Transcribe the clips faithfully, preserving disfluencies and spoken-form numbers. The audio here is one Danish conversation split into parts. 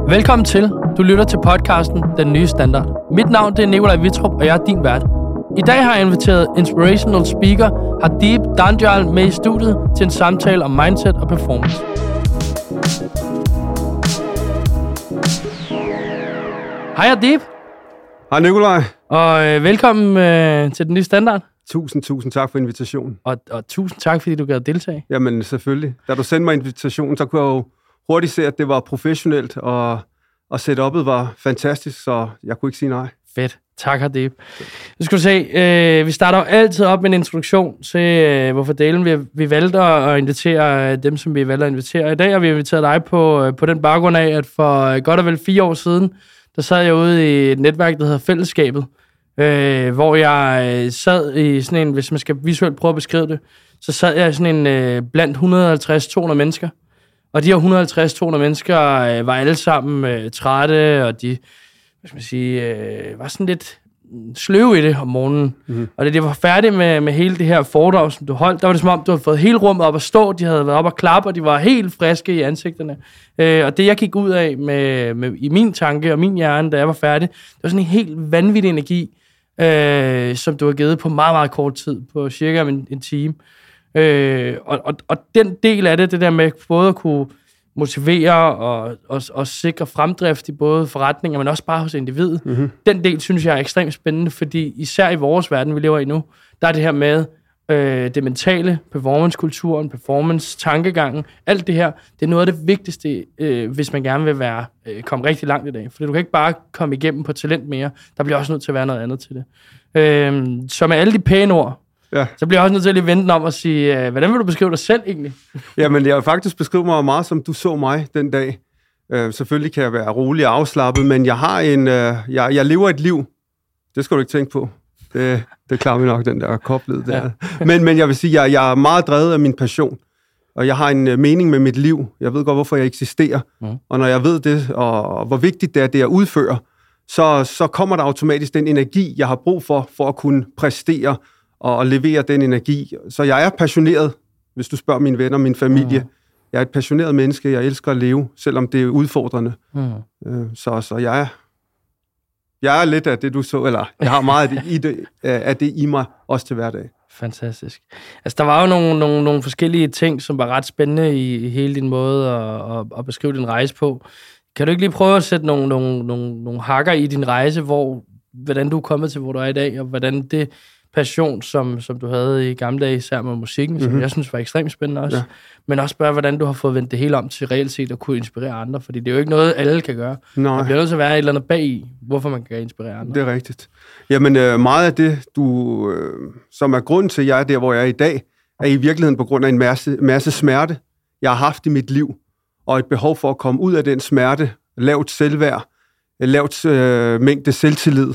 Velkommen til. Du lytter til podcasten Den Nye Standard. Mit navn det er Nikolaj Wittrup, og jeg er din vært. I dag har jeg inviteret inspirational speaker Hardeep Dhanjal med i studiet til en samtale om mindset og performance. Hej Hardeep. Hej Nikolaj. Og øh, velkommen øh, til Den Nye Standard. Tusind, tusind tak for invitationen. Og, og tusind tak, fordi du gad deltage. Jamen selvfølgelig. Da du sendte mig invitationen, så kunne jeg jo hurtigt se, at det var professionelt, og, og setup'et var fantastisk, så jeg kunne ikke sige nej. Fedt. Tak, Hardeep. Nu skal du se, øh, vi starter jo altid op med en introduktion til, øh, hvorfor delen vi, vi valgte at invitere dem, som vi valgte at invitere. I dag har vi inviteret dig på, på den baggrund af, at for godt og vel fire år siden, der sad jeg ude i et netværk, der hedder Fællesskabet, øh, hvor jeg sad i sådan en, hvis man skal visuelt prøve at beskrive det, så sad jeg i sådan en øh, blandt et hundrede og halvtreds til to hundrede mennesker. Og de her et hundrede og halvtreds til to hundrede mennesker øh, var alle sammen øh, trætte, og de hvad skal man sige, øh, var sådan lidt sløve i det om morgenen. Mm-hmm. Og da de var færdige med, med hele det her foredrag, som du holdt, der var det som om, du havde fået hele rummet op at stå, de havde været op og klappe, og de var helt friske i ansigterne. Øh, og det, jeg gik ud af med, med, i min tanke og min hjerne, da jeg var færdig, det var sådan en helt vanvittig energi, øh, som du har givet på meget, meget kort tid, på cirka en, en time. Øh, og, og, og den del af det, det der med både at kunne motivere og, og, og sikre fremdrift i både forretninger, men også bare hos individet. Mm-hmm. Den del synes jeg er ekstremt spændende, fordi især i vores verden, vi lever i nu, der er det her med øh, det mentale, performance-kulturen, performance-tankegangen, alt det her, det er noget af det vigtigste, øh, hvis man gerne vil være øh, komme rigtig langt i dag. For du kan ikke bare komme igennem på talent mere, der bliver også nødt til at være noget andet til det. Øh, så med alle de pæne ord, ja. Så bliver jeg også nødt til at lige vente den om og sige, øh, hvordan vil du beskrive dig selv egentlig? Jamen, jeg vil faktisk beskrive mig meget, som du så mig den dag. Øh, selvfølgelig kan jeg være rolig og afslappet, men jeg har en, øh, jeg, jeg lever et liv. Det skal du ikke tænke på. Det, det klarer vi nok, den der koblede der. Ja. men, men jeg vil sige, jeg, jeg er meget drevet af min passion, og jeg har en øh, mening med mit liv. Jeg ved godt, hvorfor jeg eksisterer. Mm. Og når jeg ved det, og, og hvor vigtigt det er, det jeg udfører, så, så kommer der automatisk den energi, jeg har brug for, for at kunne præstere og levere den energi. Så jeg er passioneret, hvis du spørger mine venner, min familie. Mm. Jeg er et passioneret menneske, jeg elsker at leve, selvom det er udfordrende. Mm. Så, så jeg, er, jeg er lidt af det, du så, eller jeg har meget af det, i det, af det i mig, også til hverdag. Fantastisk. Altså, der var jo nogle, nogle, nogle forskellige ting, som var ret spændende i, i hele din måde at, at, at beskrive din rejse på. Kan du ikke lige prøve at sætte nogle, nogle, nogle, nogle hakker i din rejse, hvor, hvordan du er kommet til, hvor du er i dag, og hvordan det passion, som, som du havde i gamle dage, især med musikken, mm-hmm. som jeg synes var ekstremt spændende også. Ja. Men også spørge, hvordan du har fået vendt det hele om til reelt set at kunne inspirere andre, fordi det er jo ikke noget, alle kan gøre. Nej. Der bliver nødt til at være et eller andet bag i, hvorfor man kan inspirere andre. Det er rigtigt. Jamen, øh, meget af det, du, øh, som er grunden til, at jeg er der, hvor jeg er i dag, er i virkeligheden på grund af en masse, masse smerte, jeg har haft i mit liv, og et behov for at komme ud af den smerte, lavt selvværd, lavt øh, mængde selvtillid.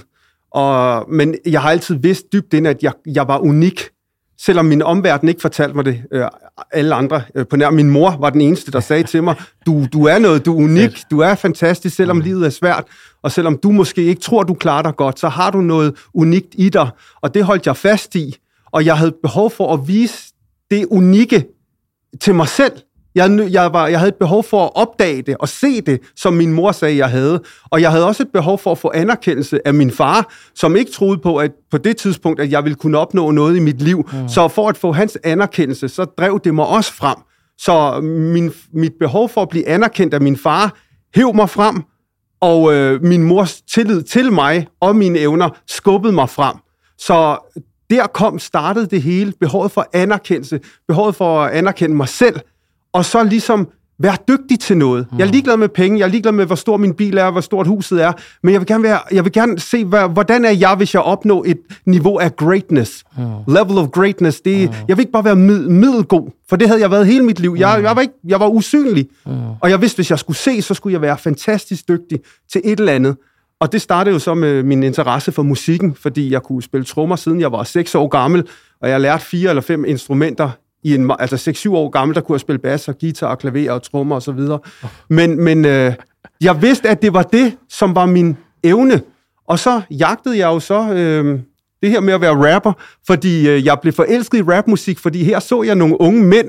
Og, men jeg har altid vidst dybt ind, at jeg, jeg var unik, selvom min omverden ikke fortalte mig det. Øh, alle andre, øh, på nær min mor, var den eneste, der sagde til mig, du, du er noget, du er unik, du er fantastisk, selvom livet er svært, og selvom du måske ikke tror, du klarer dig godt, så har du noget unikt i dig, og det holdt jeg fast i, og jeg havde behov for at vise det unikke til mig selv. Jeg, jeg, var, jeg havde et behov for at opdage det og se det, som min mor sagde, jeg havde. Og jeg havde også et behov for at få anerkendelse af min far, som ikke troede på, at på det tidspunkt, at jeg ville kunne opnå noget i mit liv. Mm. Så for at få hans anerkendelse, så drev det mig også frem. Så min, mit behov for at blive anerkendt af min far hev mig frem, og øh, min mors tillid til mig og mine evner skubbede mig frem. Så der kom, startede det hele. Behovet for anerkendelse, behovet for at anerkende mig selv, og så ligesom være dygtig til noget. Jeg er ligeglad med penge, jeg er ligeglad med, hvor stor min bil er, hvor stort huset er, men jeg vil gerne, være, jeg vil gerne se, hvad, hvordan er jeg, hvis jeg opnår et niveau af greatness. Mm. Level of greatness. Det, mm. Jeg vil ikke bare være mid, middelgod, for det havde jeg været hele mit liv. Jeg, jeg, var, ikke, jeg var usynlig, mm. og jeg vidste, hvis jeg skulle se, så skulle jeg være fantastisk dygtig til et eller andet. Og det startede jo så med min interesse for musikken, fordi jeg kunne spille trommer, siden jeg var seks år gammel, og jeg lærte fire eller fem instrumenter i en, altså seks syv år gammel, der kunne jeg spille bass og guitar og klaver og trommer og så videre. Men, men øh, jeg vidste, at det var det, som var min evne. Og så jagtede jeg jo så øh, det her med at være rapper, fordi øh, jeg blev forelsket i rapmusik, fordi her så jeg nogle unge mænd,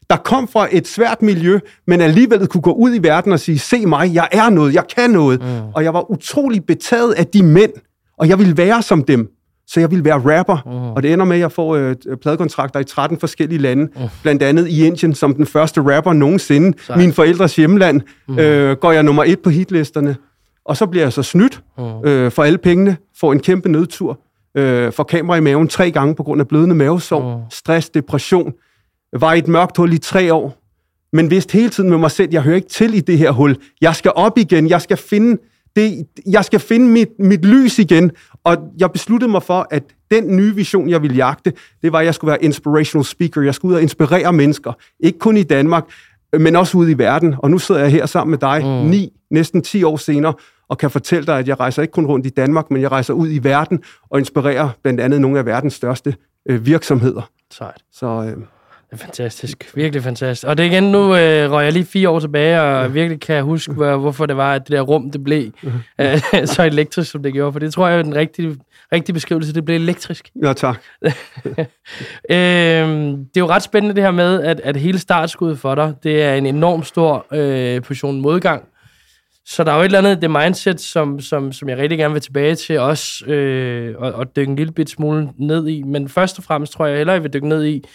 der kom fra et svært miljø, men alligevel kunne gå ud i verden og sige, se mig, jeg er noget, jeg kan noget. Mm. Og jeg var utrolig betaget af de mænd, og jeg ville være som dem. Så jeg ville være rapper, mm. og det ender med, at jeg får øh, pladekontrakter i tretten forskellige lande, mm. blandt andet i Indien, som den første rapper nogensinde. Sej. Min forældres hjemland, mm. øh, går jeg nummer et på hitlisterne. Og så bliver jeg så snydt mm. øh, for alle pengene, får en kæmpe nødtur, øh, får kamera i maven tre gange på grund af blødende mavesår, mm. stress, depression, var i et mørkt hul i tre år, men vidste hele tiden med mig selv, jeg hører ikke til i det her hul. Jeg skal op igen, jeg skal finde, det, jeg skal finde mit, mit lys igen, og jeg besluttede mig for, at den nye vision, jeg ville jagte, det var, at jeg skulle være inspirational speaker. Jeg skulle ud og inspirere mennesker, ikke kun i Danmark, men også ude i verden. Og nu sidder jeg her sammen med dig, mm. ni, næsten ti år senere, og kan fortælle dig, at jeg rejser ikke kun rundt i Danmark, men jeg rejser ud i verden og inspirerer blandt andet nogle af verdens største øh, virksomheder. Sejt. Så... Øh, Det er fantastisk. Virkelig fantastisk. Og det igen, nu øh, røg jeg lige fire år tilbage, og ja. virkelig kan jeg huske, hvor, hvorfor det var, at det der rum, det blev øh, så elektrisk, som det gjorde. For det tror jeg er den rigtige, rigtige beskrivelse. Det blev elektrisk. Ja, tak. øh, det er jo ret spændende det her med, at, at hele startskuddet for dig, det er en enorm stor øh, portion modgang. Så der er jo et eller andet det mindset, som, som, som jeg rigtig gerne vil tilbage til også, øh, og, og dykke en lille bit smule ned i. Men først og fremmest tror jeg hellere, jeg vil dykke ned i,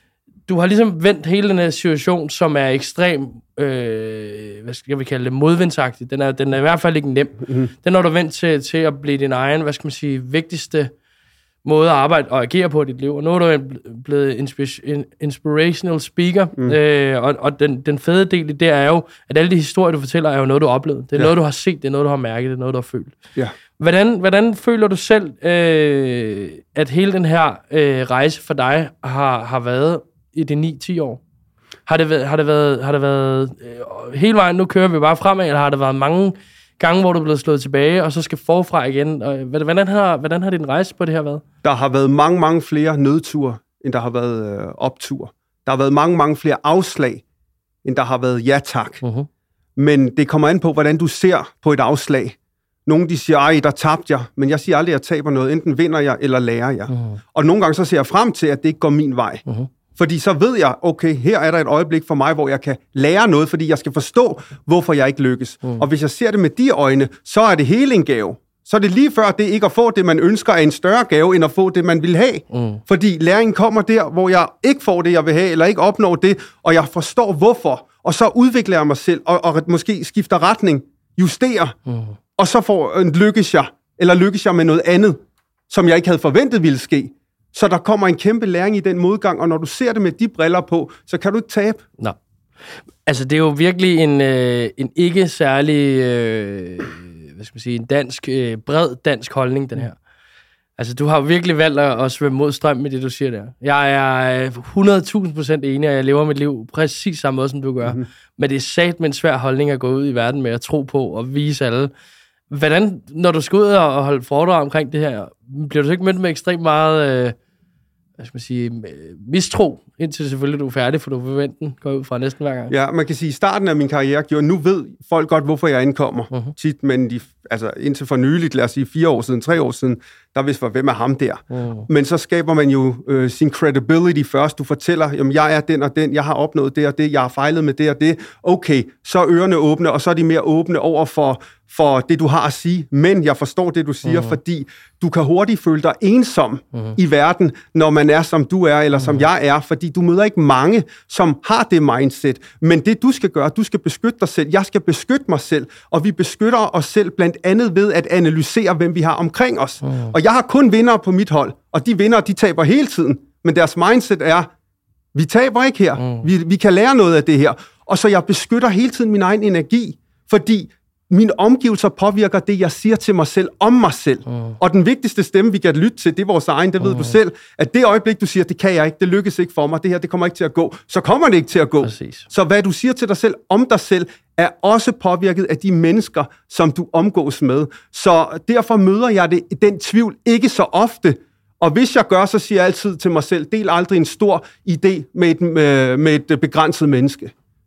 du har ligesom vendt hele den her situation, som er ekstrem, øh, hvad skal vi kalde det, modvindsagtig. Den er, den er i hvert fald ikke nem. Mm-hmm. Den har du vendt til, til at blive din egen, hvad skal man sige, vigtigste måde at arbejde og agere på i dit liv. Og nu er du blevet inspir- inspirational speaker, mm. øh, og, og den, den fede del i det er jo, at alle de historier, du fortæller, er jo noget, du har oplevet. Det er ja. noget, du har set, det er noget, du har mærket, det er noget, du har følt. Ja. Hvordan, hvordan føler du selv, øh, at hele den her øh, rejse for dig har, har været i de ni til ti år? Har det været, har det været, har det været øh, hele vejen, nu kører vi bare fremad, eller har det været mange gange, hvor du er blevet slået tilbage, og så skal forfra igen? Og, hvordan, har, hvordan har din rejse på det her været? Der har været mange, mange flere nødture, end der har været øh, optur. Der har været mange, mange flere afslag, end der har været ja tak. Uh-huh. Men det kommer an på, hvordan du ser på et afslag. Nogle de siger, ej, der tabte jeg, men jeg siger aldrig, at jeg taber noget. Enten vinder jeg, eller lærer jeg. Uh-huh. Og nogle gange så ser jeg frem til, at det ikke går min vej. Uh-huh. Fordi så ved jeg, okay, her er der et øjeblik for mig, hvor jeg kan lære noget, fordi jeg skal forstå, hvorfor jeg ikke lykkes. Mm. Og hvis jeg ser det med de øjne, så er det hele en gave. Så er det lige før, det ikke at få det, man ønsker, er en større gave, end at få det, man vil have. Mm. Fordi læringen kommer der, hvor jeg ikke får det, jeg vil have, eller ikke opnår det, og jeg forstår, hvorfor. Og så udvikler jeg mig selv, og, og måske skifter retning, justerer, mm. og så får, øh, lykkes jeg, eller lykkes jeg med noget andet, som jeg ikke havde forventet ville ske. Så der kommer en kæmpe læring i den modgang, og når du ser det med de briller på, så kan du ikke tabe. Nå. Altså, det er jo virkelig en, øh, en ikke særlig, øh, hvad skal man sige, en dansk, øh, bred dansk holdning, den her. Altså, du har virkelig valgt at svømme mod strøm med det, du siger der. Jeg er hundrede tusind procent enig, og jeg lever mit liv præcis samme måde, som du gør. Mm-hmm. Men det er sat med en svær holdning at gå ud i verden med at tro på og vise alle. Hvordan, når du skal ud og holde foredrag omkring det her, bliver du så ikke mødt med ekstremt meget, øh, hvad skal man sige, mistro, indtil selvfølgelig du er færdig, for du forventer den, går ud fra næsten hver gang? Ja, man kan sige, i starten af min karriere gjorde, nu ved folk godt, hvorfor jeg indkommer uh-huh. tit, men de, altså indtil for nyligt, lad os sige fire år siden, tre år siden, der vidste, hvem er ham der. Uh-huh. Men så skaber man jo øh, sin credibility først. Du fortæller, jamen jeg er den og den, jeg har opnået det og det, jeg har fejlet med det og det. Okay, så er ørerne åbne, og så er de mere åbne over for, for det, du har at sige. Men jeg forstår det, du siger, uh-huh. fordi du kan hurtigt føle dig ensom uh-huh. i verden, når man er, som du er, eller som uh-huh. jeg er, fordi du møder ikke mange, som har det mindset. Men det, du skal gøre, du skal beskytte dig selv. Jeg skal beskytte mig selv, og vi beskytter os selv blandt andet ved at analysere, hvem vi har omkring os. Uh-huh. Og jeg har kun vindere på mit hold, og de vinder, de taber hele tiden. Men deres mindset er, vi taber ikke her. Uh-huh. Vi, vi kan lære noget af det her. Og så jeg beskytter hele tiden min egen energi, fordi mine omgivelser påvirker det, jeg siger til mig selv om mig selv. Mm. Og den vigtigste stemme, vi kan lytte til, det er vores egen, det ved mm. du selv, at det øjeblik, du siger, det kan jeg ikke, det lykkes ikke for mig, det her, det kommer ikke til at gå, så kommer det ikke til at gå. Præcis. Så hvad du siger til dig selv om dig selv, er også påvirket af de mennesker, som du omgås med. Så derfor møder jeg det, den tvivl ikke så ofte. Og hvis jeg gør, så siger jeg altid til mig selv, del aldrig en stor idé med et, med et begrænset menneske.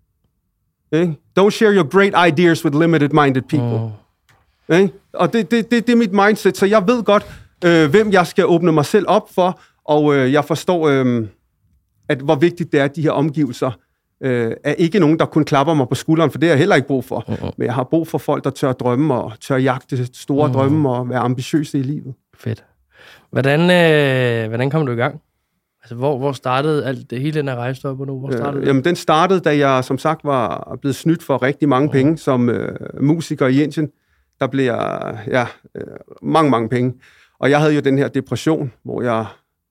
Okay? Don't share your great ideas with limited-minded people. Oh. Okay? Og det, det, det, det er mit mindset, så jeg ved godt, øh, hvem jeg skal åbne mig selv op for, og øh, jeg forstår, øh, at hvor vigtigt det er, at de her omgivelser øh, er ikke nogen, der kun klapper mig på skulderen, for det har jeg heller ikke brug for. Uh-huh. Men jeg har brug for folk, der tør drømme og tør jagte store uh-huh. drømme og være ambitiøse i livet. Fedt. Hvordan, øh, hvordan kom du i gang? Altså, hvor, hvor startede alt det, hele den her rejse op nu? Hvor startede øh, jamen, den startede, da jeg som sagt var blevet snydt for rigtig mange uh-huh. penge som øh, musiker i Indien. Der blev jeg, ja, øh, mange, mange penge. Og jeg havde jo den her depression, hvor jeg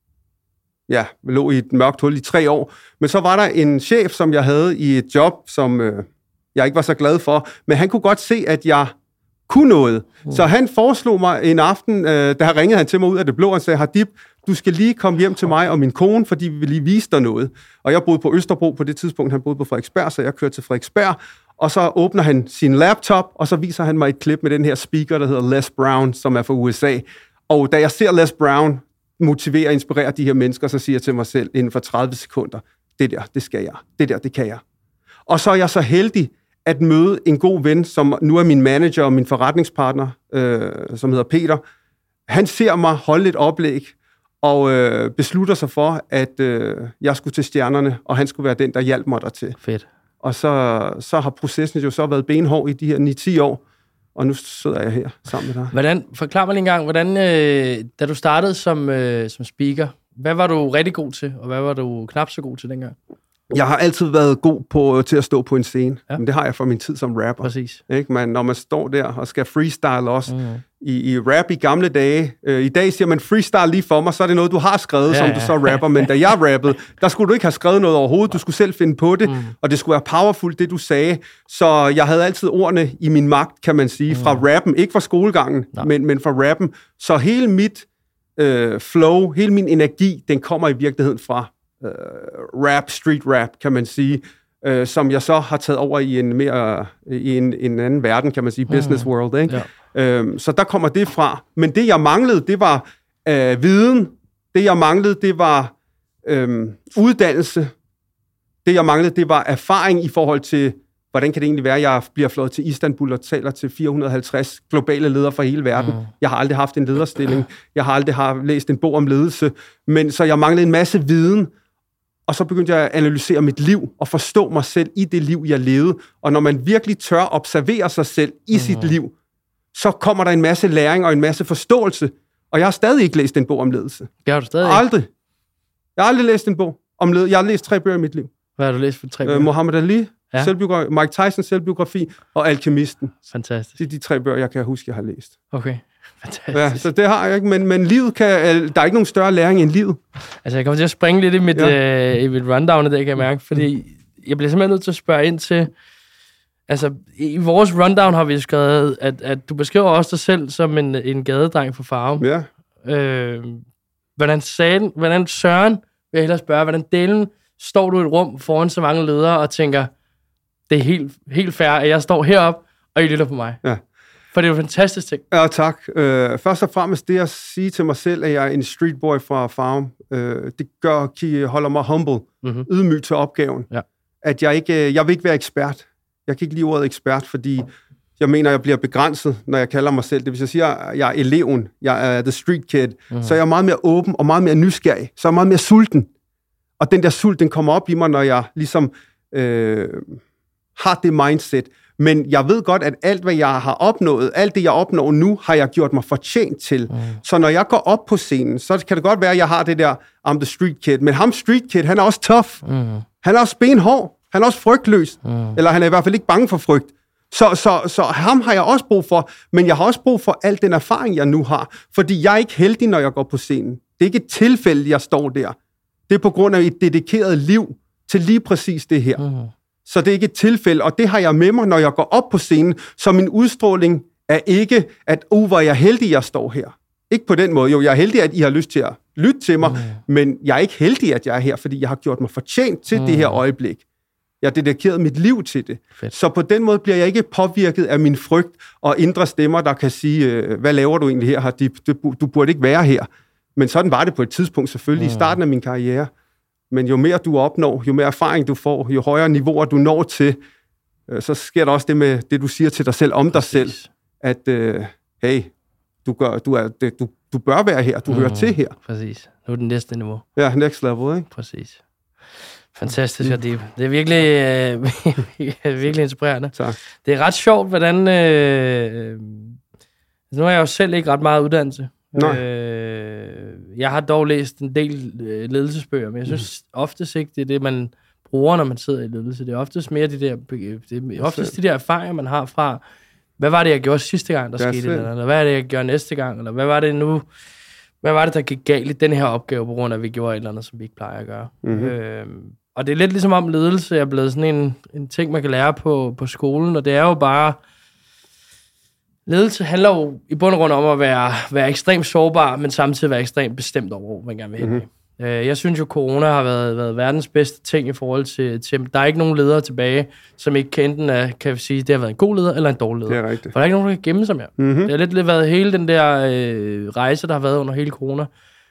ja, lå i et mørkt hul i tre år. Men så var der en chef, som jeg havde i et job, som øh, jeg ikke var så glad for. Men han kunne godt se, at jeg kunne noget. Mm. Så han foreslog mig en aften, øh, der ringede han til mig ud af det blå, og sagde, Hadib, du skal lige komme hjem til mig og min kone, fordi vi vil lige vise dig noget. Og jeg boede på Østerbro på det tidspunkt, han boede på Frederiksberg, så jeg kørte til Frederiksberg. Og så åbner han sin laptop, og så viser han mig et klip med den her speaker, der hedder Les Brown, som er fra U S A. Og da jeg ser Les Brown motivere og inspirere de her mennesker, så siger jeg til mig selv inden for tredive sekunder, det der, det skal jeg. Det der, det kan jeg. Og så er jeg så heldig at møde en god ven, som nu er min manager og min forretningspartner, øh, som hedder Peter. Han ser mig holde et oplæg, og øh, beslutter sig for, at øh, jeg skulle til stjernerne, og han skulle være den, der hjalp mig dertil. Fedt. Og så, så har processen jo så været benhård i de her ni til ti år, og nu sidder jeg her sammen med dig. Hvordan, forklar mig lige en gang, hvordan, øh, da du startede som, øh, som speaker, hvad var du rigtig god til, og hvad var du knap så god til dengang? Jeg har altid været god på, til at stå på en scene, ja. Men det har jeg fra min tid som rapper. Præcis. Ikke? Men når man står der og skal freestyle også, mm. i, i rap i gamle dage, øh, i dag siger man freestyle lige for mig, så er det noget, du har skrevet, ja, som ja. Du så rapper, men da jeg rappede, der skulle du ikke have skrevet noget overhovedet, du skulle selv finde på det, mm. og det skulle være powerful, det du sagde, så jeg havde altid ordene i min magt, kan man sige, mm. fra rappen, ikke fra skolegangen, men, men fra rappen, så hele mit øh, flow, hele min energi, den kommer i virkeligheden fra Uh, rap, street rap, kan man sige, uh, som jeg så har taget over i en mere i en, en anden verden, kan man sige, business mm. world, ikke? Ja. Uh, så der kommer det fra. Men det, jeg manglede, det var uh, viden. Det, jeg manglede, det var um, uddannelse. Det, jeg manglede, det var erfaring i forhold til, hvordan kan det egentlig være, at jeg bliver flået til Istanbul og taler til fire hundrede og halvtreds globale ledere fra hele verden. Mm. Jeg har aldrig haft en lederstilling. Jeg har aldrig har læst en bog om ledelse. Men så jeg manglede en masse viden. Og så begyndte jeg at analysere mit liv og forstå mig selv i det liv, jeg levede. Og når man virkelig tør observere sig selv i mm. sit liv, så kommer der en masse læring og en masse forståelse. Og jeg har stadig ikke læst en bog om ledelse. Det har du stadig aldrig. Jeg har aldrig læst en bog om ledelse. Jeg har læst tre bøger i mit liv. Hvad har du læst for tre bøger? Uh, Muhammad Ali, ja. selvbiografi, Mike Tysons selvbiografi og Alkemisten. Fantastisk. Det er de tre bøger, jeg kan huske, jeg har læst. Okay. Fantastisk. Ja, så det har jeg ikke, men, men livet kan, der er ikke nogen større læring end livet. Altså, jeg kommer til at springe lidt i mit, ja. øh, i mit rundown af det, kan jeg mærke, fordi jeg bliver simpelthen nødt til at spørge ind til, altså, i vores rundown har vi skrevet, at, at du beskriver også dig selv som en, en gadedreng fra Farum. Ja. Øh, hvordan, sagde, hvordan Søren, vil jeg hellere spørge, hvordan delen står du i et rum foran så mange ledere og tænker, det er helt, helt fair, at jeg står heroppe, og I lytter på mig. Ja. For det er jo fantastisk ting. Ja, tak. Øh, først og fremmest det at sige til mig selv, at jeg er en street boy fra Farum, øh, det gør, holder mig humble, mm-hmm. ydmyg til opgaven. Ja. At jeg ikke, jeg vil ikke være ekspert. Jeg kan ikke lide ordet ekspert, fordi jeg mener, jeg bliver begrænset, når jeg kalder mig selv. Det vil jeg sige, at jeg er eleven, jeg er the street kid, mm-hmm. så jeg er meget mere åben og meget mere nysgerrig, så er jeg meget mere sulten. Og den der sult, den kommer op i mig, når jeg ligesom øh, har det mindset. Men jeg ved godt, at alt, hvad jeg har opnået, alt det, jeg opnår nu, har jeg gjort mig fortjent til. Mm. Så når jeg går op på scenen, så kan det godt være, at jeg har det der, I'm the street kid. Men ham street kid, han er også tough. Mm. Han er også benhård. Han er også frygtløs. Mm. Eller han er i hvert fald ikke bange for frygt. Så, så, så ham har jeg også brug for. Men jeg har også brug for al den erfaring, jeg nu har. Fordi jeg er ikke heldig, når jeg går på scenen. Det er ikke et tilfælde, jeg står der. Det er på grund af et dedikeret liv til lige præcis det her. Mm. Så det er ikke et tilfælde, og det har jeg med mig, når jeg går op på scenen. Så min udstråling er ikke, at uh, hvor er jeg heldig, jeg står her. Ikke på den måde. Jo, jeg er heldig, at I har lyst til at lytte til mig, mm. men jeg er ikke heldig, at jeg er her, fordi jeg har gjort mig fortjent til mm. det her øjeblik. Jeg har dedikeret mit liv til det. Fedt. Så på den måde bliver jeg ikke påvirket af min frygt og indre stemmer, der kan sige, hvad laver du egentlig her, Hadib? Du burde ikke være her. Men sådan var det på et tidspunkt selvfølgelig, mm. i starten af min karriere. Men jo mere du opnår, jo mere erfaring du får, jo højere niveauer du når til, øh, så sker der også det med det, du siger til dig selv om dig selv, at øh, hey, du, gør, du, er, det, du, du bør være her, du mm, hører til her. Præcis. Nu er det næste niveau. Ja, next level, ikke? Præcis. Fantastisk, mm. det, det er virkelig, øh, virkelig inspirerende. Tak. Det er ret sjovt, hvordan... Øh, nu har jeg jo selv ikke ret meget uddannelse. Øh, jeg har dog læst en del øh, ledelsesbøger, men jeg synes mm. oftest ikke, det er det, man bruger, når man sidder i ledelse. Det er oftest mere de der, det er oftest de der erfaringer, man har fra, hvad var det, jeg gjorde sidste gang, der skete det, eller hvad er det, jeg gjorde næste gang, eller hvad var det nu... Hvad var det, der gik galt i den her opgave, på grund af, at vi gjorde et eller andet, som vi ikke plejer at gøre? Mm-hmm. Øh, og det er lidt ligesom om ledelse er blevet sådan en, en ting, man kan lære på, på skolen, og det er jo bare... Ledelse handler jo i bund og grund om at være, være ekstremt sårbar, men samtidig være ekstremt bestemt over, hvor man gerne vil hen. Mm-hmm. Øh, jeg synes jo, corona har været, været verdens bedste ting i forhold til, til... Der er ikke nogen ledere tilbage, som ikke kan enten er, kan vi sige, det har været en god leder eller en dårlig leder. Det er rigtigt. For der er ikke nogen, der kan gemme sig mere. Mm-hmm. Det har lidt, lidt været hele den der øh, rejse, der har været under hele corona.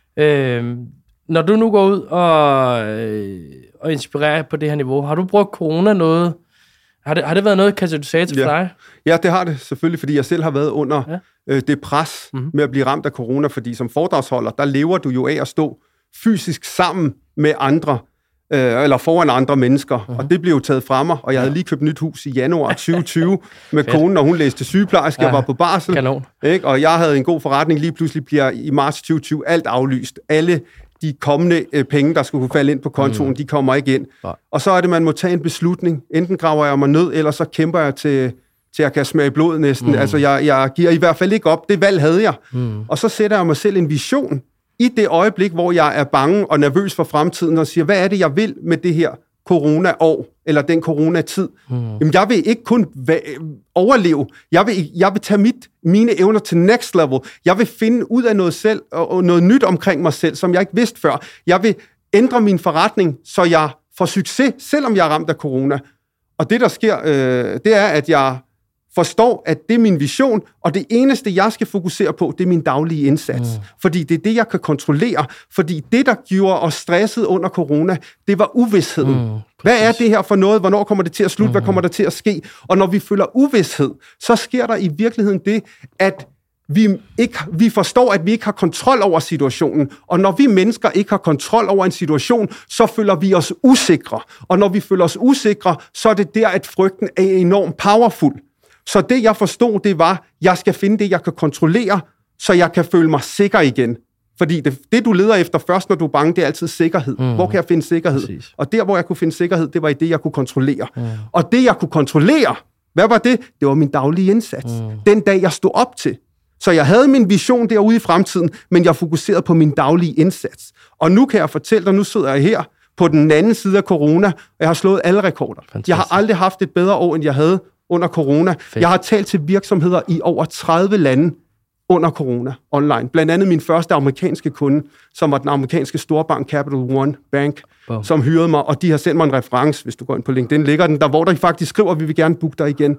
Øh, når du nu går ud og, øh, og inspirerer på det her niveau, har du brugt corona noget... Har det, har det været noget katalysator for ja. dig? Ja, det har det selvfølgelig, fordi jeg selv har været under ja. øh, det pres mm-hmm. med at blive ramt af corona, fordi som foredragsholder, der lever du jo af at stå fysisk sammen med andre, øh, eller foran andre mennesker, mm-hmm. og det blev jo taget fra mig, og jeg havde lige købt nyt hus i januar tyve tyve med konen, og hun læste sygeplejerske, ja. Jeg var på barsel, Kanon. Ikke? Og jeg havde en god forretning, lige pludselig bliver i marts tyve tyve alt aflyst. Alle de kommende øh, penge, der skulle kunne falde ind på kontoen, mm. de kommer ikke ind. Ja. Og så er det, man må tage en beslutning. Enten graver jeg mig ned, eller så kæmper jeg til, til at kan smage blod næsten. Mm. Altså, jeg, jeg giver i hvert fald ikke op. Det valg havde jeg. Mm. Og så sætter jeg mig selv en vision i det øjeblik, hvor jeg er bange og nervøs for fremtiden, og siger, hvad er det, jeg vil med det her corona-år, eller den coronatid? Mm. Jamen, jeg vil ikke kun overleve. Jeg vil, jeg vil tage mit, mine evner til next level. Jeg vil finde ud af noget selv, og noget nyt omkring mig selv, som jeg ikke vidste før. Jeg vil ændre min forretning, så jeg får succes, selvom jeg er ramt af corona. Og det, der sker, øh, det er, at jeg forstår, at det er min vision, og det eneste, jeg skal fokusere på, det er min daglige indsats. Mm. Fordi det er det, jeg kan kontrollere. Fordi det, der gjorde os stresset under corona, det var uvisheden. Mm, Hvad er det her for noget? Hvornår kommer det til at slutte? Mm. Hvad kommer der til at ske? Og når vi føler uvished, så sker der i virkeligheden det, at vi, ikke, vi forstår, at vi ikke har kontrol over situationen. Og når vi mennesker ikke har kontrol over en situation, så føler vi os usikre. Og når vi føler os usikre, så er det der, at frygten er enormt powerful. Så det, jeg forstod, det var, at jeg skal finde det, jeg kan kontrollere, så jeg kan føle mig sikker igen. Fordi det, det du leder efter først, når du er bange, det er altid sikkerhed. Mm. Hvor kan jeg finde sikkerhed? Præcis. Og der, hvor jeg kunne finde sikkerhed, det var i det, jeg kunne kontrollere. Mm. Og det, jeg kunne kontrollere, hvad var det? Det var min daglige indsats. Mm. Den dag, jeg stod op til. Så jeg havde min vision derude i fremtiden, men jeg fokuserede på min daglige indsats. Og nu kan jeg fortælle dig, nu sidder jeg her på den anden side af corona, og jeg har slået alle rekorder. Fantastisk. Jeg har aldrig haft et bedre år, end jeg havde under corona. Fedt. Jeg har talt til virksomheder i over tredive lande under corona online. Blandt andet min første amerikanske kunde, som var den amerikanske storbank Capital One Bank, wow. som hyrede mig, og de har sendt mig en reference, hvis du går ind på LinkedIn, ligger den der, hvor der faktisk skriver, at vi vil gerne booke dig igen.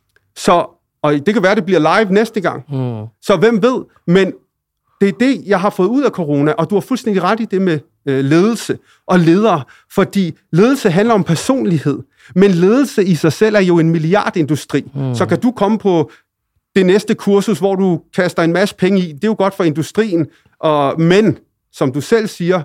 Så, og det kan være, at det bliver live næste gang. Mm. Så hvem ved, men det er det, jeg har fået ud af corona, og du har fuldstændig ret i det med øh, ledelse og ledere, fordi ledelse handler om personlighed, men ledelse i sig selv er jo en milliardindustri. Mm. Så kan du komme på det næste kursus, hvor du kaster en masse penge i, det er jo godt for industrien, og, men, som du selv siger,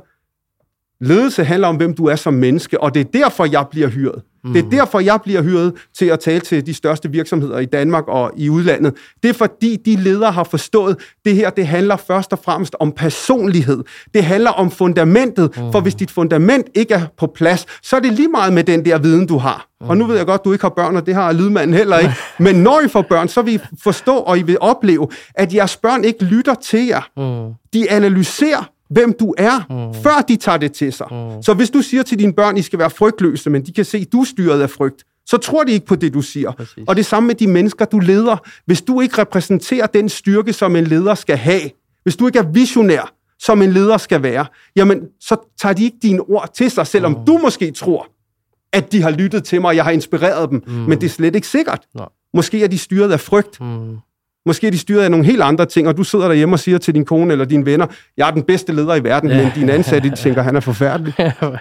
ledelse handler om, hvem du er som menneske, og det er derfor, jeg bliver hyret. Mm. Det er derfor, jeg bliver hyret til at tale til de største virksomheder i Danmark og i udlandet. Det er fordi, de ledere har forstået, det her, det handler først og fremmest om personlighed. Det handler om fundamentet, mm. for hvis dit fundament ikke er på plads, så er det lige meget med den der viden, du har. Mm. Og nu ved jeg godt, du ikke har børn, og det har lydmanden heller ikke. Men når I får børn, så vil I forstå, og I vil opleve, at jeres børn ikke lytter til jer. Mm. De analyserer, hvem du er, mm. før de tager det til sig. Mm. Så hvis du siger til dine børn, I skal være frygtløse, men de kan se, at du er styret af frygt, så tror de ikke på det, du siger. Præcis. Og det samme med de mennesker, du leder. Hvis du ikke repræsenterer den styrke, som en leder skal have, hvis du ikke er visionær, som en leder skal være, jamen, så tager de ikke dine ord til sig, selvom mm. du måske tror, at de har lyttet til mig, og jeg har inspireret dem. Mm. Men det er slet ikke sikkert. Nej. Måske er de styret af frygt. Mm. Måske er de styret af nogle helt andre ting, og du sidder derhjemme og siger til din kone eller dine venner, jeg er den bedste leder i verden, ja. Men din ansatte, de tænker, han er forfærdelig.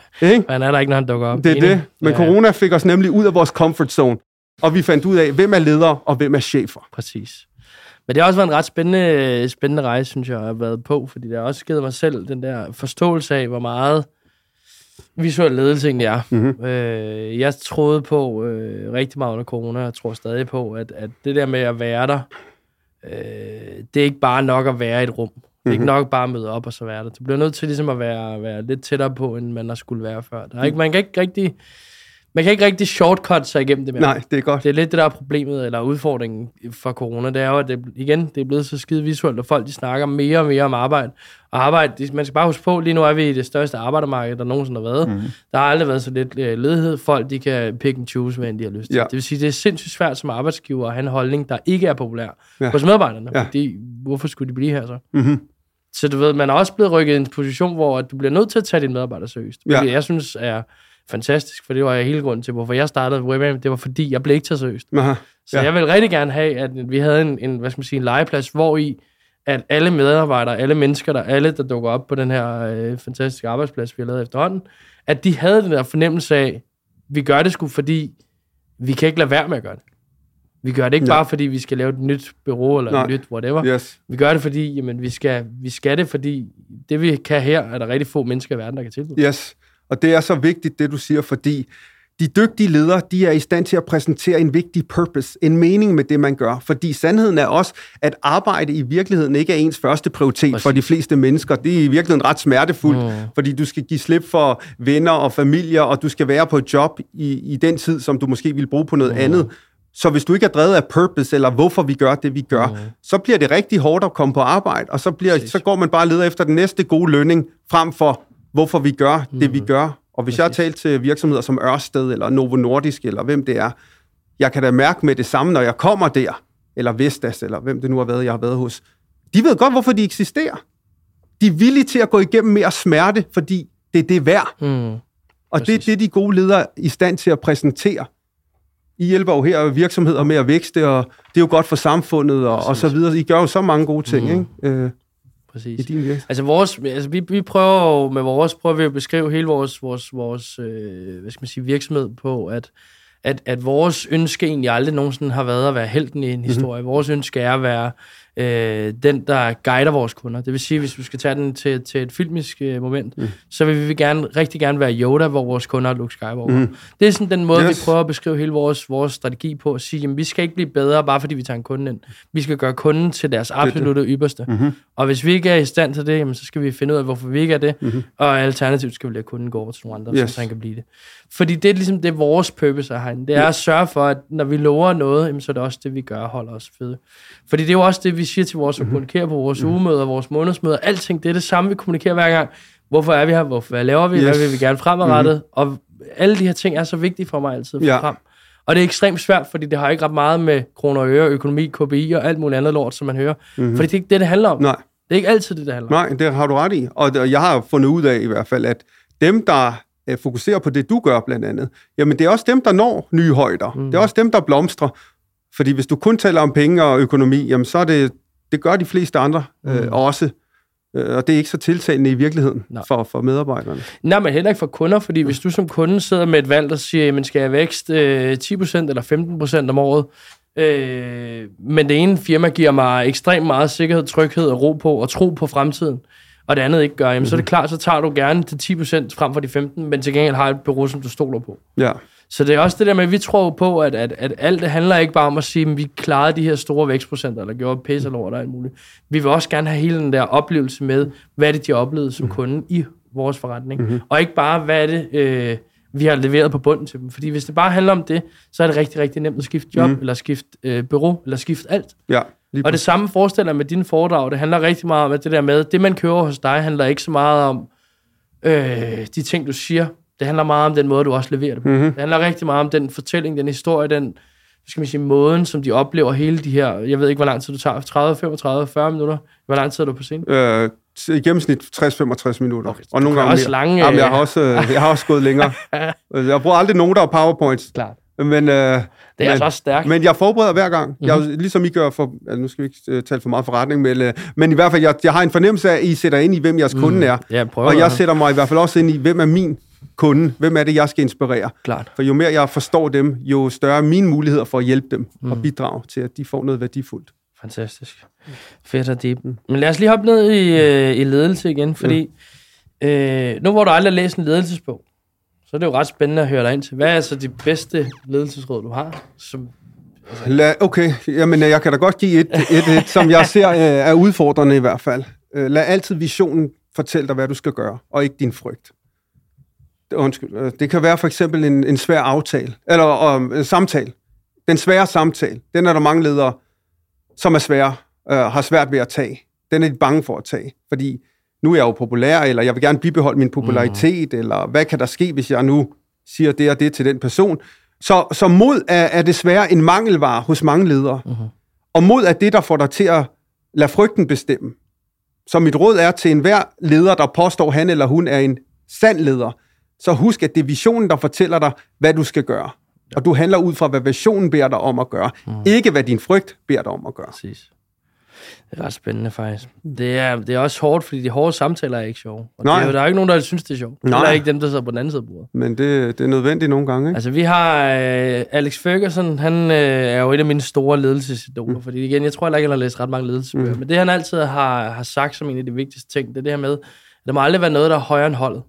Han er der ikke, når han dukker op. Det er det. Men ja. Corona fik os nemlig ud af vores comfort zone, og vi fandt ud af, hvem er ledere og hvem er chefer. Præcis. Men det har også været en ret spændende, spændende rejse, synes jeg, at have været på, fordi det har også givet mig selv den der forståelse af, hvor meget visuel ledelse egentlig er. Mm-hmm. Øh, jeg troede på øh, rigtig meget under corona, jeg tror stadig på, at, at det der med at være der, øh, det er ikke bare nok at være i et rum. Det er mm-hmm. ikke nok bare at møde op og så være der. Du bliver nødt til ligesom at være, være lidt tættere på, end man har skulle være før. Der er ikke, man kan ikke rigtig... Man kan ikke rigtig shortcut sig igennem det mere. Nej, det er godt. Det er lidt det, der er problemet, eller udfordringen for corona. Det er jo, at det, igen, det er blevet så skide visuelt, og folk de snakker mere og mere om arbejde. Og arbejde, de, man skal bare huske på, lige nu er vi i det største arbejdermarked, der nogensinde har været. Mm. Der har aldrig været så lidt uh, ledighed. Folk, de kan pick and choose, hvad de har lyst til. Ja. Det vil sige, det er sindssygt svært som arbejdsgiver at have en holdning, der ikke er populær ja. hos medarbejderne. Ja. Fordi, hvorfor skulle de blive her så? Mm-hmm. Så du ved, man er også blevet rykket i en position, hvor du bliver nødt til at tage dine medarbejdere seriøst. Ja. Jeg synes er fantastisk, for det var hele grunden til, hvorfor jeg startede WebAM. Det var fordi, jeg blev ikke taget seriøst. Aha, så ja. jeg vil rigtig gerne have, at vi havde en, en, hvad skal man sige, en legeplads, hvor i, at alle medarbejdere, alle mennesker, der alle, der dukker op på den her øh, fantastiske arbejdsplads, vi har lavet efterhånden, at de havde den der fornemmelse af, vi gør det sgu, fordi vi kan ikke lade være med at gøre det. Vi gør det ikke ja. bare, fordi vi skal lave et nyt bureau, eller Nej. et nyt whatever. Yes. Vi gør det, fordi jamen, vi, skal, vi skal det, fordi det, vi kan her, er der rigtig få mennesker i verden, der kan tilbyde. Yes. Og det er så vigtigt, det du siger, fordi de dygtige ledere, de er i stand til at præsentere en vigtig purpose, en mening med det, man gør. Fordi sandheden er også, at arbejde i virkeligheden ikke er ens første prioritet Præcis. for de fleste mennesker. Det er i virkeligheden ret smertefuldt, mm. fordi du skal give slip for venner og familier, og du skal være på et job i, i den tid, som du måske ville bruge på noget mm. andet. Så hvis du ikke er drevet af purpose, eller hvorfor vi gør det, vi gør, mm. så bliver det rigtig hårdt at komme på arbejde, og så, bliver, så går man bare og leder efter den næste gode lønning, frem for hvorfor vi gør det, mm. vi gør. Og hvis Præcis. jeg har talt til virksomheder som Ørsted, eller Novo Nordisk, eller hvem det er, jeg kan da mærke med det samme, når jeg kommer der, eller Vestas, eller hvem det nu har været, jeg har været hos. De ved godt, hvorfor de eksisterer. De er villige til at gå igennem mere smerte, fordi det er det værd. Mm. Og det er det, de gode ledere er i stand til at præsentere. I hjælper jo her virksomheder med at vækste, og det er jo godt for samfundet, og, og så videre. I gør jo så mange gode ting, mm. ikke? Øh, Præcis. I din altså, vores, altså vi, vi prøver jo med vores, prøver vi at beskrive hele vores, vores, vores øh, hvad skal man sige, virksomhed på, at, at, at vores ønske egentlig aldrig nogensinde har været at være helten i en historie. Mm-hmm. Vores ønske er at være øh, den, der guider vores kunder. Det vil sige, hvis vi skal tage den til, til et filmisk øh, moment, mm. så vil vi gerne, rigtig gerne være Yoda, hvor vores kunder er Luke Skywalker. Mm. Det er sådan den måde, yes. vi prøver at beskrive hele vores, vores strategi på, at sige, jamen, vi skal ikke blive bedre, bare fordi vi tager en kunde ind. Vi skal gøre kunden til deres absolutte ypperste. Mm-hmm. Og hvis vi ikke er i stand til det, jamen, så skal vi finde ud af, hvorfor vi ikke er det, mm-hmm. og alternativt skal vi lade kunden gå over til nogle andre, yes. så han kan blive det. Fordi det er ligesom det, vores purpose er herinde. Det er at sørge for, at når vi lover noget, jamen, så er det også det, vi gør, holder os fede. Fordi det er jo også det, vi siger til vores, mm-hmm. kommunikerer på vores mm-hmm. ugemøder, vores månedsmøder, alting, det er det samme, vi kommunikerer hver gang. Hvorfor er vi her? Hvorfor, hvad laver vi? Yes. Hvad vil vi gerne fremadrettet? Mm-hmm. Og alle de her ting er så vigtige for mig altid at få ja. frem. Og det er ekstremt svært, fordi det har ikke ret meget med kroner og øre, økonomi, K P I og alt muligt andet lort, som man hører. Mm-hmm. Fordi det er ikke det, det handler om. Nej. Det er ikke altid det, det handler om. Nej, det har du ret i. Og jeg har fundet ud af i hvert fald, at dem, der fokuserer på det, du gør blandt andet, jamen det er også dem, der når nye højder. Mm. Det er også dem, der blomstrer. Fordi hvis du kun taler om penge og økonomi, jamen så er det, det gør de fleste andre mm. øh, også. Og det er ikke så tiltalende i virkeligheden for, for medarbejderne. Nej, men heller ikke for kunder, fordi hvis du som kunde sidder med et valg, der siger, jamen skal jeg vækst øh, ti procent eller femten procent om året, øh, men det ene firma giver mig ekstremt meget sikkerhed, tryghed og ro på og tro på fremtiden, og det andet ikke gør, jamen mm-hmm. så er det klart, så tager du gerne til ti procent frem for de femten, men til gengæld har et bureau, som du stoler på. Ja. Så det er også det der med, at vi tror på, at, at, at alt det handler ikke bare om at sige, at vi klarede de her store vækstprocenter, eller gjorde pisse lort og alt muligt. Vi vil også gerne have hele den der oplevelse med, hvad er det, de har oplevet som kunde i vores forretning. Mm-hmm. Og ikke bare, hvad er det, øh, vi har leveret på bunden til dem. Fordi hvis det bare handler om det, så er det rigtig, rigtig nemt at skifte job, mm-hmm. eller skifte øh, bureau, eller skifte alt. Ja, og det samme forestiller med dine foredrag. Det handler rigtig meget om, at det der med, det man køber hos dig, handler ikke så meget om øh, de ting, du siger. Det handler meget om den måde, du også leverer det på. Mm-hmm. Det handler rigtig meget om den fortælling, den historie, den, skal man sige, måden, som de oplever hele de her, jeg ved ikke, hvor lang tid du tager, tredive, femogtredive, fyrre minutter? Hvor lang tid er du på scenen? Øh, I gennemsnit tres til femogtres minutter. Okay, og nogle gange også lange, Jamen, jeg, har også, jeg har også gået længere. Jeg bruger aldrig noter og powerpoints. Klart. Men, øh, det er men, altså også stærkt. Men jeg forbereder hver gang. Mm-hmm. Jeg, ligesom I gør for, altså nu skal vi ikke uh, tale for meget forretning, men, uh, men i hvert fald, jeg, jeg har en fornemmelse af, at I sætter ind i, hvem jeres mm. kunde er. Ja, og jeg sætter mig i hvert fald også ind i, hvem er min kunde, hvem er det, jeg skal inspirere. Klart. For jo mere jeg forstår dem, jo større er mine muligheder for at hjælpe dem mm. og bidrage til, at de får noget værdifuldt. Fantastisk. Fedt og deep. Men lad os lige hoppe ned i, øh, i ledelse igen, fordi ja. øh, nu hvor du aldrig har læst en ledelsesbog, Så er det jo ret spændende at høre dig ind til. Hvad er så de bedste ledelsesråd, du har? Som, altså... La, okay, jamen jeg kan da godt give et, et, et som jeg ser er udfordrende i hvert fald. Lad altid visionen fortælle dig, hvad du skal gøre, og ikke din frygt. Det, undskyld. Det kan være for eksempel en, en svær aftale, eller um, samtale. Den svære samtale, den er der mange ledere, som er svære, øh, har svært ved at tage. Den er de bange for at tage, fordi nu er jeg jo populær, eller jeg vil gerne bibeholde min popularitet, mm. eller hvad kan der ske, hvis jeg nu siger det og det til den person. Så, så mod er, er desværre en mangelvare hos mange ledere. Mm-hmm. Og mod er det, der får dig til at lade frygten bestemme. Så mit råd er til enhver leder, der påstår, han eller hun er en sand leder, så husk, at det er visionen, der fortæller dig, hvad du skal gøre. Ja. Og du handler ud fra, hvad visionen beder dig om at gøre. Mm. Ikke, hvad din frygt beder dig om at gøre. Præcis. Det er ret spændende, faktisk. Det er, det er også hårdt, fordi de hårde samtaler er ikke sjove. Og Nej. Det er, der er ikke nogen, der synes, det er sjovt. Det er ikke dem, der sidder på den anden side af bordet. Men det, det er nødvendigt nogle gange, ikke? Altså, vi har øh, Alex Ferguson, han øh, er jo et af mine store ledelsesidoler, mm. fordi igen, jeg tror heller ikke, han har læst ret mange ledelsesbøger, mm. men det, han altid har, har sagt som en af de vigtigste ting, det er det her med, at der må aldrig være noget, der er højere end holdet.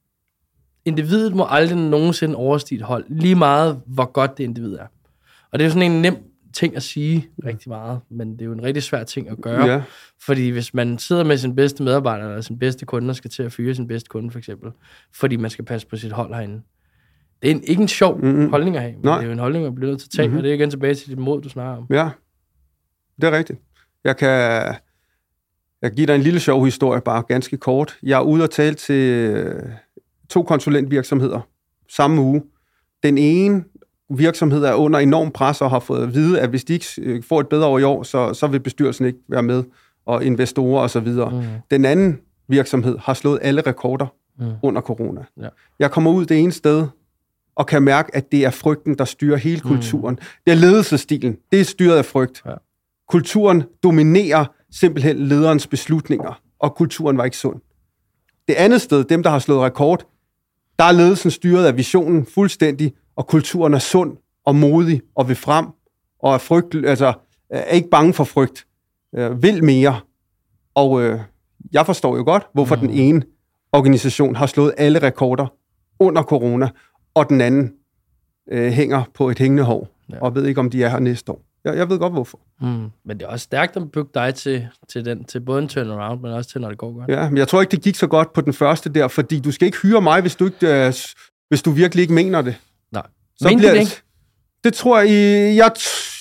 Individet må aldrig nogensinde overstige et hold, lige meget, hvor godt det individ er. Og det er jo sådan en nem ting at sige rigtig meget, men det er jo en rigtig svær ting at gøre, ja. Fordi hvis man sidder med sin bedste medarbejder, eller sin bedste kunde, og skal til at fyre sin bedste kunde, for eksempel, fordi man skal passe på sit hold herinde. Det er en, ikke en sjov mm-hmm. holdning at have, men Nej. Det er jo en holdning, man bliver nødt til at tage, mm-hmm. og det er igen tilbage til dit mod, du snakker om. Ja, det er rigtigt. Jeg kan, jeg kan give dig en lille sjov historie, bare ganske kort. Jeg er ude og tale til to konsulentvirksomheder samme uge. Den ene virksomhed er under enorm pres og har fået at vide, at hvis de ikke får et bedre år i år, så, så vil bestyrelsen ikke være med, og investorer osv. Mm. Den anden virksomhed har slået alle rekorder mm. under corona. Ja. Jeg kommer ud det ene sted og kan mærke, at det er frygten, der styrer hele kulturen. Mm. Det er ledelsesstilen. Det er styret af frygt. Ja. Kulturen dominerer simpelthen lederens beslutninger, og kulturen var ikke sund. Det andet sted, dem der har slået rekord, der er ledelsen styret af visionen fuldstændig, og kulturen er sund og modig og vil frem, og er, frygt, altså, er ikke bange for frygt, øh, vil mere. Og øh, jeg forstår jo godt, hvorfor mm. den ene organisation har slået alle rekorder under corona, og den anden øh, hænger på et hængende hår, ja. Og ved ikke, om de er her næste år. Jeg, jeg ved godt, hvorfor. Mm. Men det er også stærkt at bygge dig til, til, den, til både en turnaround, men også til, når det går godt. Ja, men jeg tror ikke, det gik så godt på den første der, fordi du skal ikke hyre mig, hvis du, ikke, øh, hvis du virkelig ikke mener det. Nej. Så bliver det ikke? Det tror jeg... jeg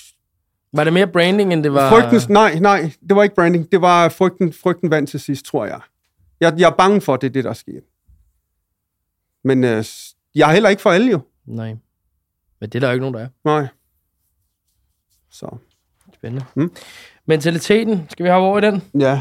t- var det mere branding, end det var... Frygtens, nej, nej, det var ikke branding. Det var frygten, frygten vandt til sidst, tror jeg. jeg. Jeg er bange for, at det er det, der sker. Men øh, jeg er heller ikke for alle, jo. Nej. Men det er der jo ikke nogen, der er. Nej. Så. Spændende. Mm. Mentaliteten, skal vi have over i den? Ja.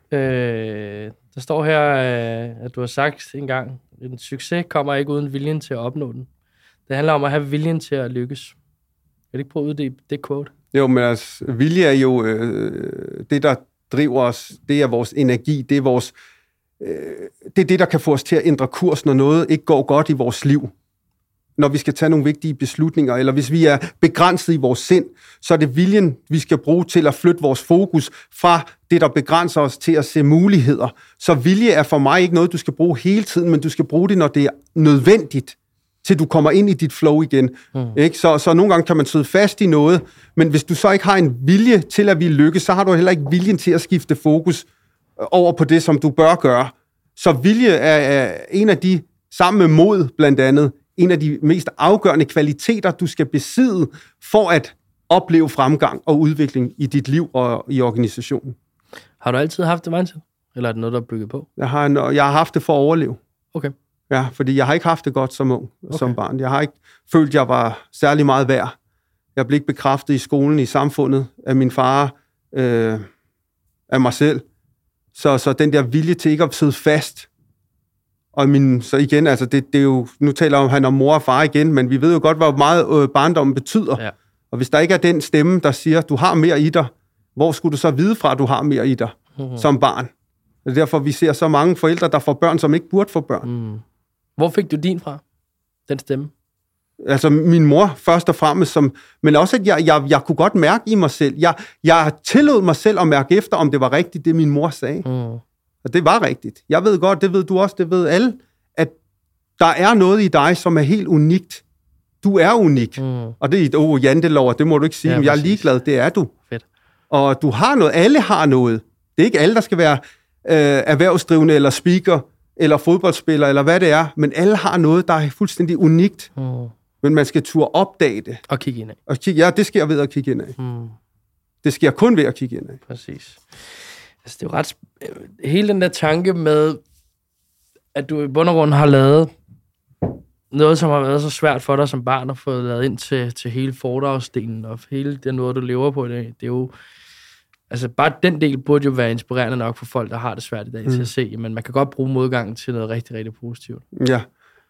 Øh, der står her, øh, at du har sagt engang, en succes kommer ikke uden viljen til at opnå den. Det handler om at have viljen til at lykkes. Kan du ikke prøve at uddybe det quote? Jo, men altså, vilje er jo øh, det, der driver os. Det er vores energi. Det er, vores, øh, det er det, der kan få os til at ændre kurs, når noget ikke går godt i vores liv. Når vi skal tage nogle vigtige beslutninger, eller hvis vi er begrænset i vores sind, så er det viljen, vi skal bruge til at flytte vores fokus fra det, der begrænser os til at se muligheder. Så vilje er for mig ikke noget, du skal bruge hele tiden, men du skal bruge det, når det er nødvendigt, til du kommer ind i dit flow igen. Mm. Ikke? Så, så nogle gange kan man sidde fast i noget, men hvis du så ikke har en vilje til at vi lykkes, så har du heller ikke viljen til at skifte fokus over på det, som du bør gøre. Så vilje er, er en af de, sammen med mod blandt andet, en af de mest afgørende kvaliteter, du skal besidde for at opleve fremgang og udvikling i dit liv og i organisationen. Har du altid haft det mindset? Eller er det noget, der er bygget på? Jeg har, en, jeg har haft det for at overleve. Okay. Ja, fordi jeg har ikke haft det godt som ung, okay. som barn. Jeg har ikke følt, at jeg var særlig meget værd. Jeg blev ikke bekræftet i skolen, i samfundet, af min far, øh, af mig selv. Så, så den der vilje til ikke at sidde fast. Og min, så igen, altså det, det er jo, nu taler han om mor og far igen, men vi ved jo godt, hvor meget øh, barndommen betyder. Ja. Og hvis der ikke er den stemme, der siger, du har mere i dig, hvor skulle du så vide fra, at du har mere i dig mm-hmm. som barn? Det er derfor, vi ser så mange forældre, der får børn, som ikke burde få børn. Mm. Hvor fik du din fra, den stemme? Altså min mor først og fremmest, som, men også at jeg, jeg, jeg kunne godt mærke i mig selv. Jeg, jeg tillod mig selv at mærke efter, om det var rigtigt, det min mor sagde. Mm. Og det var rigtigt. Jeg ved godt, det ved du også, det ved alle, at Der er noget i dig, som er helt unikt. Du er unik. Mm. Og det er, oh, jantelov, det må du ikke sige, ja, men jeg er ligeglad, det er du. Fedt. Og du har noget, alle har noget. Det er ikke alle, der skal være øh, erhvervsdrivende, eller speaker, eller fodboldspiller, eller hvad det er, men alle har noget, der er fuldstændig unikt. Mm. Men man skal turde opdage det. Og kigge indad. Og kigge, ja, det sker ved at kigge indad. Mm. Det sker kun ved at kigge indad. Præcis. Altså, det er jo ret... Hele den der tanke med, at du i bund og grund har lavet noget, som har været så svært for dig som barn, at få lavet ind til, til hele foredragsdelen, og hele den måde, du lever på i dag, det er jo... Altså, bare den del burde jo være inspirerende nok for folk, der har det svært i dag, mm. til at se, men man kan godt bruge modgangen til noget rigtig, rigtig positivt. Ja.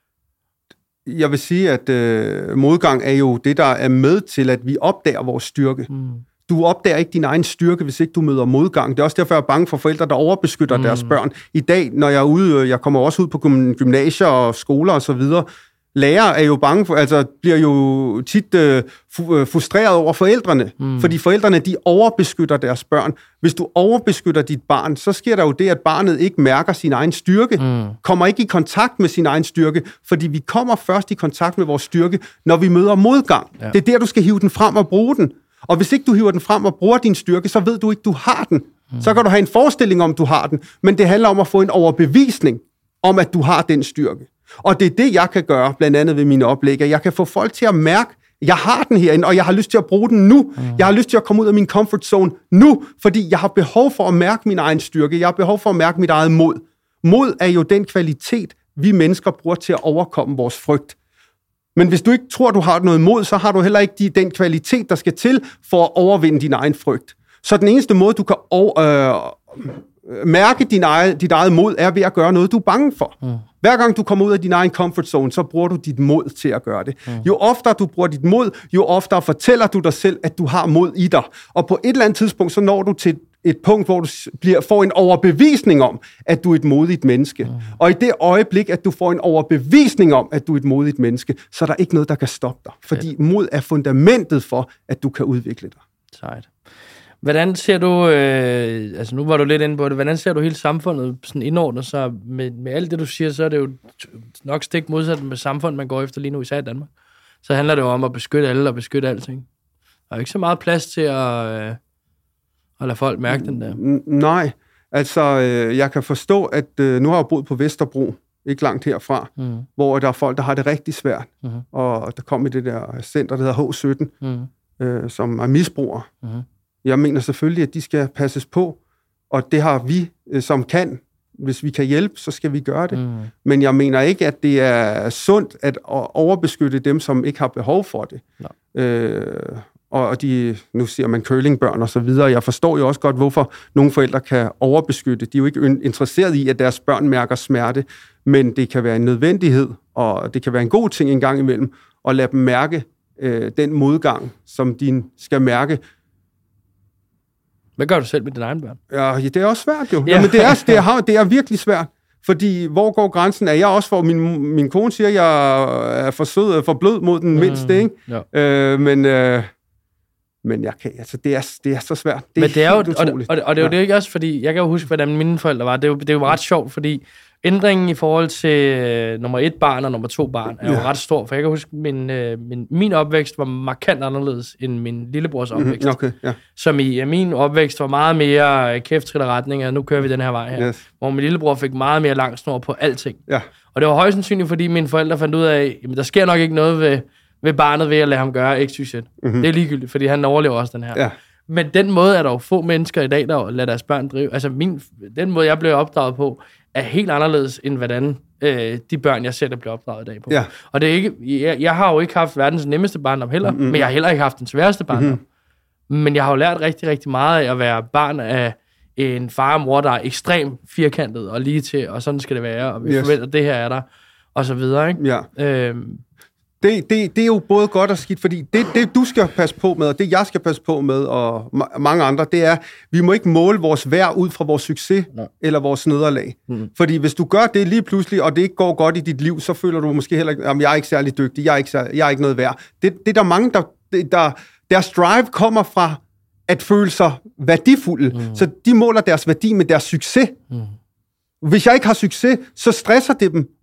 Jeg vil sige, at øh, modgang er jo det, der er med til, at vi opdager vores styrke. Mm. Du opdager ikke din egen styrke, hvis ikke du møder modgang. Det er også derfor, jeg er bange for forældre, der overbeskytter mm. deres børn. I dag, når jeg er ude, jeg kommer også ud på gymnasier og skoler og så videre, lærere er jo bange for, altså bliver jo tit øh, frustreret over forældrene, mm. fordi forældrene, de overbeskytter deres børn. Hvis du overbeskytter dit barn, så sker der jo det, at barnet ikke mærker sin egen styrke, mm. kommer ikke i kontakt med sin egen styrke, fordi vi kommer først i kontakt med vores styrke, når vi møder modgang. Ja. Det er der, du skal hive den frem og bruge den. Og hvis ikke du hiver den frem og bruger din styrke, så ved du ikke, du har den. Mm. Så kan du have en forestilling om, du har den, men det handler om at få en overbevisning om, at du har den styrke. Og det er det, jeg kan gøre, blandt andet ved mine oplæg. Jeg kan få folk til at mærke, at jeg har den herinde, og jeg har lyst til at bruge den nu. Mm. Jeg har lyst til at komme ud af min comfort zone nu, fordi jeg har behov for at mærke min egen styrke. Jeg har behov for at mærke mit eget mod. Mod er jo den kvalitet, vi mennesker bruger til at overkomme vores frygt. Men hvis du ikke tror, du har noget mod, så har du heller ikke de, den kvalitet, der skal til for at overvinde din egen frygt. Så den eneste måde, du kan over, øh, mærke din eget, dit eget mod, er ved at gøre noget, du er bange for. Mm. Hver gang du kommer ud af din egen comfort zone, så bruger du dit mod til at gøre det. Mm. Jo oftere du bruger dit mod, jo oftere fortæller du dig selv, at du har mod i dig. Og på et eller andet tidspunkt, så når du til et punkt, hvor du bliver, får en overbevisning om, at du er et modigt menneske. Mm. Og i det øjeblik, at du får en overbevisning om, at du er et modigt menneske, så er der ikke noget, der kan stoppe dig. Fordi Fedt. Mod er fundamentet for, at du kan udvikle dig. Sejt. Hvordan ser du, øh, altså nu var du lidt inde på det, hvordan ser du hele samfundet sådan indordnet sig med, med alt det, du siger, så er det jo nok stik modsat med samfundet, man går efter lige nu, især i Danmark. Så handler det jo om at beskytte alle og beskytte alting. Der er jo ikke så meget plads til at, øh, at lade folk mærke den der. Nej, altså øh, jeg kan forstå, at øh, nu har jeg boet på Vesterbro, ikke langt herfra, mm. hvor der er folk, der har det rigtig svært. Mm. Og der kom i det der center, der hedder H sytten, mm. øh, som er misbrugere. Mm. Jeg mener selvfølgelig, at de skal passes på, og det har vi, som kan. Hvis vi kan hjælpe, så skal vi gøre det. Mm. Men jeg mener ikke, at det er sundt at overbeskytte dem, som ikke har behov for det. Øh, og de, nu siger man curlingbørn og så videre. Jeg forstår jo også godt, hvorfor nogle forældre kan overbeskytte. De er jo ikke interesseret i, at deres børn mærker smerte, men det kan være en nødvendighed, og det kan være en god ting en gang imellem, at lade dem mærke øh, den modgang, som de skal mærke. Hvad gør du selv med dine egne børn? Ja, det er også svært jo. Ja. Jamen, det, er, det, er, det er virkelig svært. Fordi hvor går grænsen? Er jeg også for... Min, min kone siger, at jeg er for sød, for blød mod den mm, mindste, ikke? Ja. Øh, men, øh, men jeg kan, altså, det, er, det er så svært. Det men det er jo, og, det, og, det, og det er jo ja. det ikke også, fordi... Jeg kan jo huske, hvordan mine forældre var. Det er jo, det er jo ret sjovt, fordi ændringen i forhold til øh, nummer et barn og nummer to barn er jo ja. ret stor. For jeg kan huske, min, øh, min, min opvækst var markant anderledes end min lillebrors opvækst. Mm-hmm. Okay, ja. Som i ja, min opvækst var meget mere kæft triller retning, og nu kører vi den her vej her. Yes. Hvor min lillebror fik meget mere lang snor på alting. Ja. Og det var højst sandsynligt, fordi mine forældre fandt ud af, at der sker nok ikke noget ved, ved barnet ved at lade ham gøre X Y Z. Mm-hmm. Det er ligegyldigt, fordi han overlever også den her. Ja. Men den måde er der jo få mennesker i dag, der lader deres børn drive. Altså min, den måde, jeg blev opdraget på, er helt anderledes, end hvordan øh, de børn, jeg selv er blevet opdraget i dag på. Ja. Og det er ikke, jeg, jeg har jo ikke haft verdens nemmeste barndom heller, mm-hmm. men jeg har heller ikke haft den sværeste barndom. Mm-hmm. Men jeg har jo lært rigtig, rigtig meget af at være barn af en far og mor, der er ekstremt firkantet og lige til, og sådan skal det være, og vi yes. forventer, det her er der, og så videre, ikke? Ja. Øhm, Det, det, det er jo både godt og skidt, fordi det, det, du skal passe på med, og det, jeg skal passe på med, og ma- mange andre, det er, vi må ikke måle vores værd ud fra vores succes Nej. eller vores nederlag. Mm. Fordi hvis du gør det lige pludselig, og det ikke går godt i dit liv, så føler du måske heller ikke, at jeg er ikke særlig dygtig, jeg er ikke, særlig, jeg er ikke noget værd. Det, det er der mange, der, der... Deres drive kommer fra at føle sig værdifulde, mm. så de måler deres værdi med deres succes. Mm. Hvis jeg ikke har succes, så stresser det dem,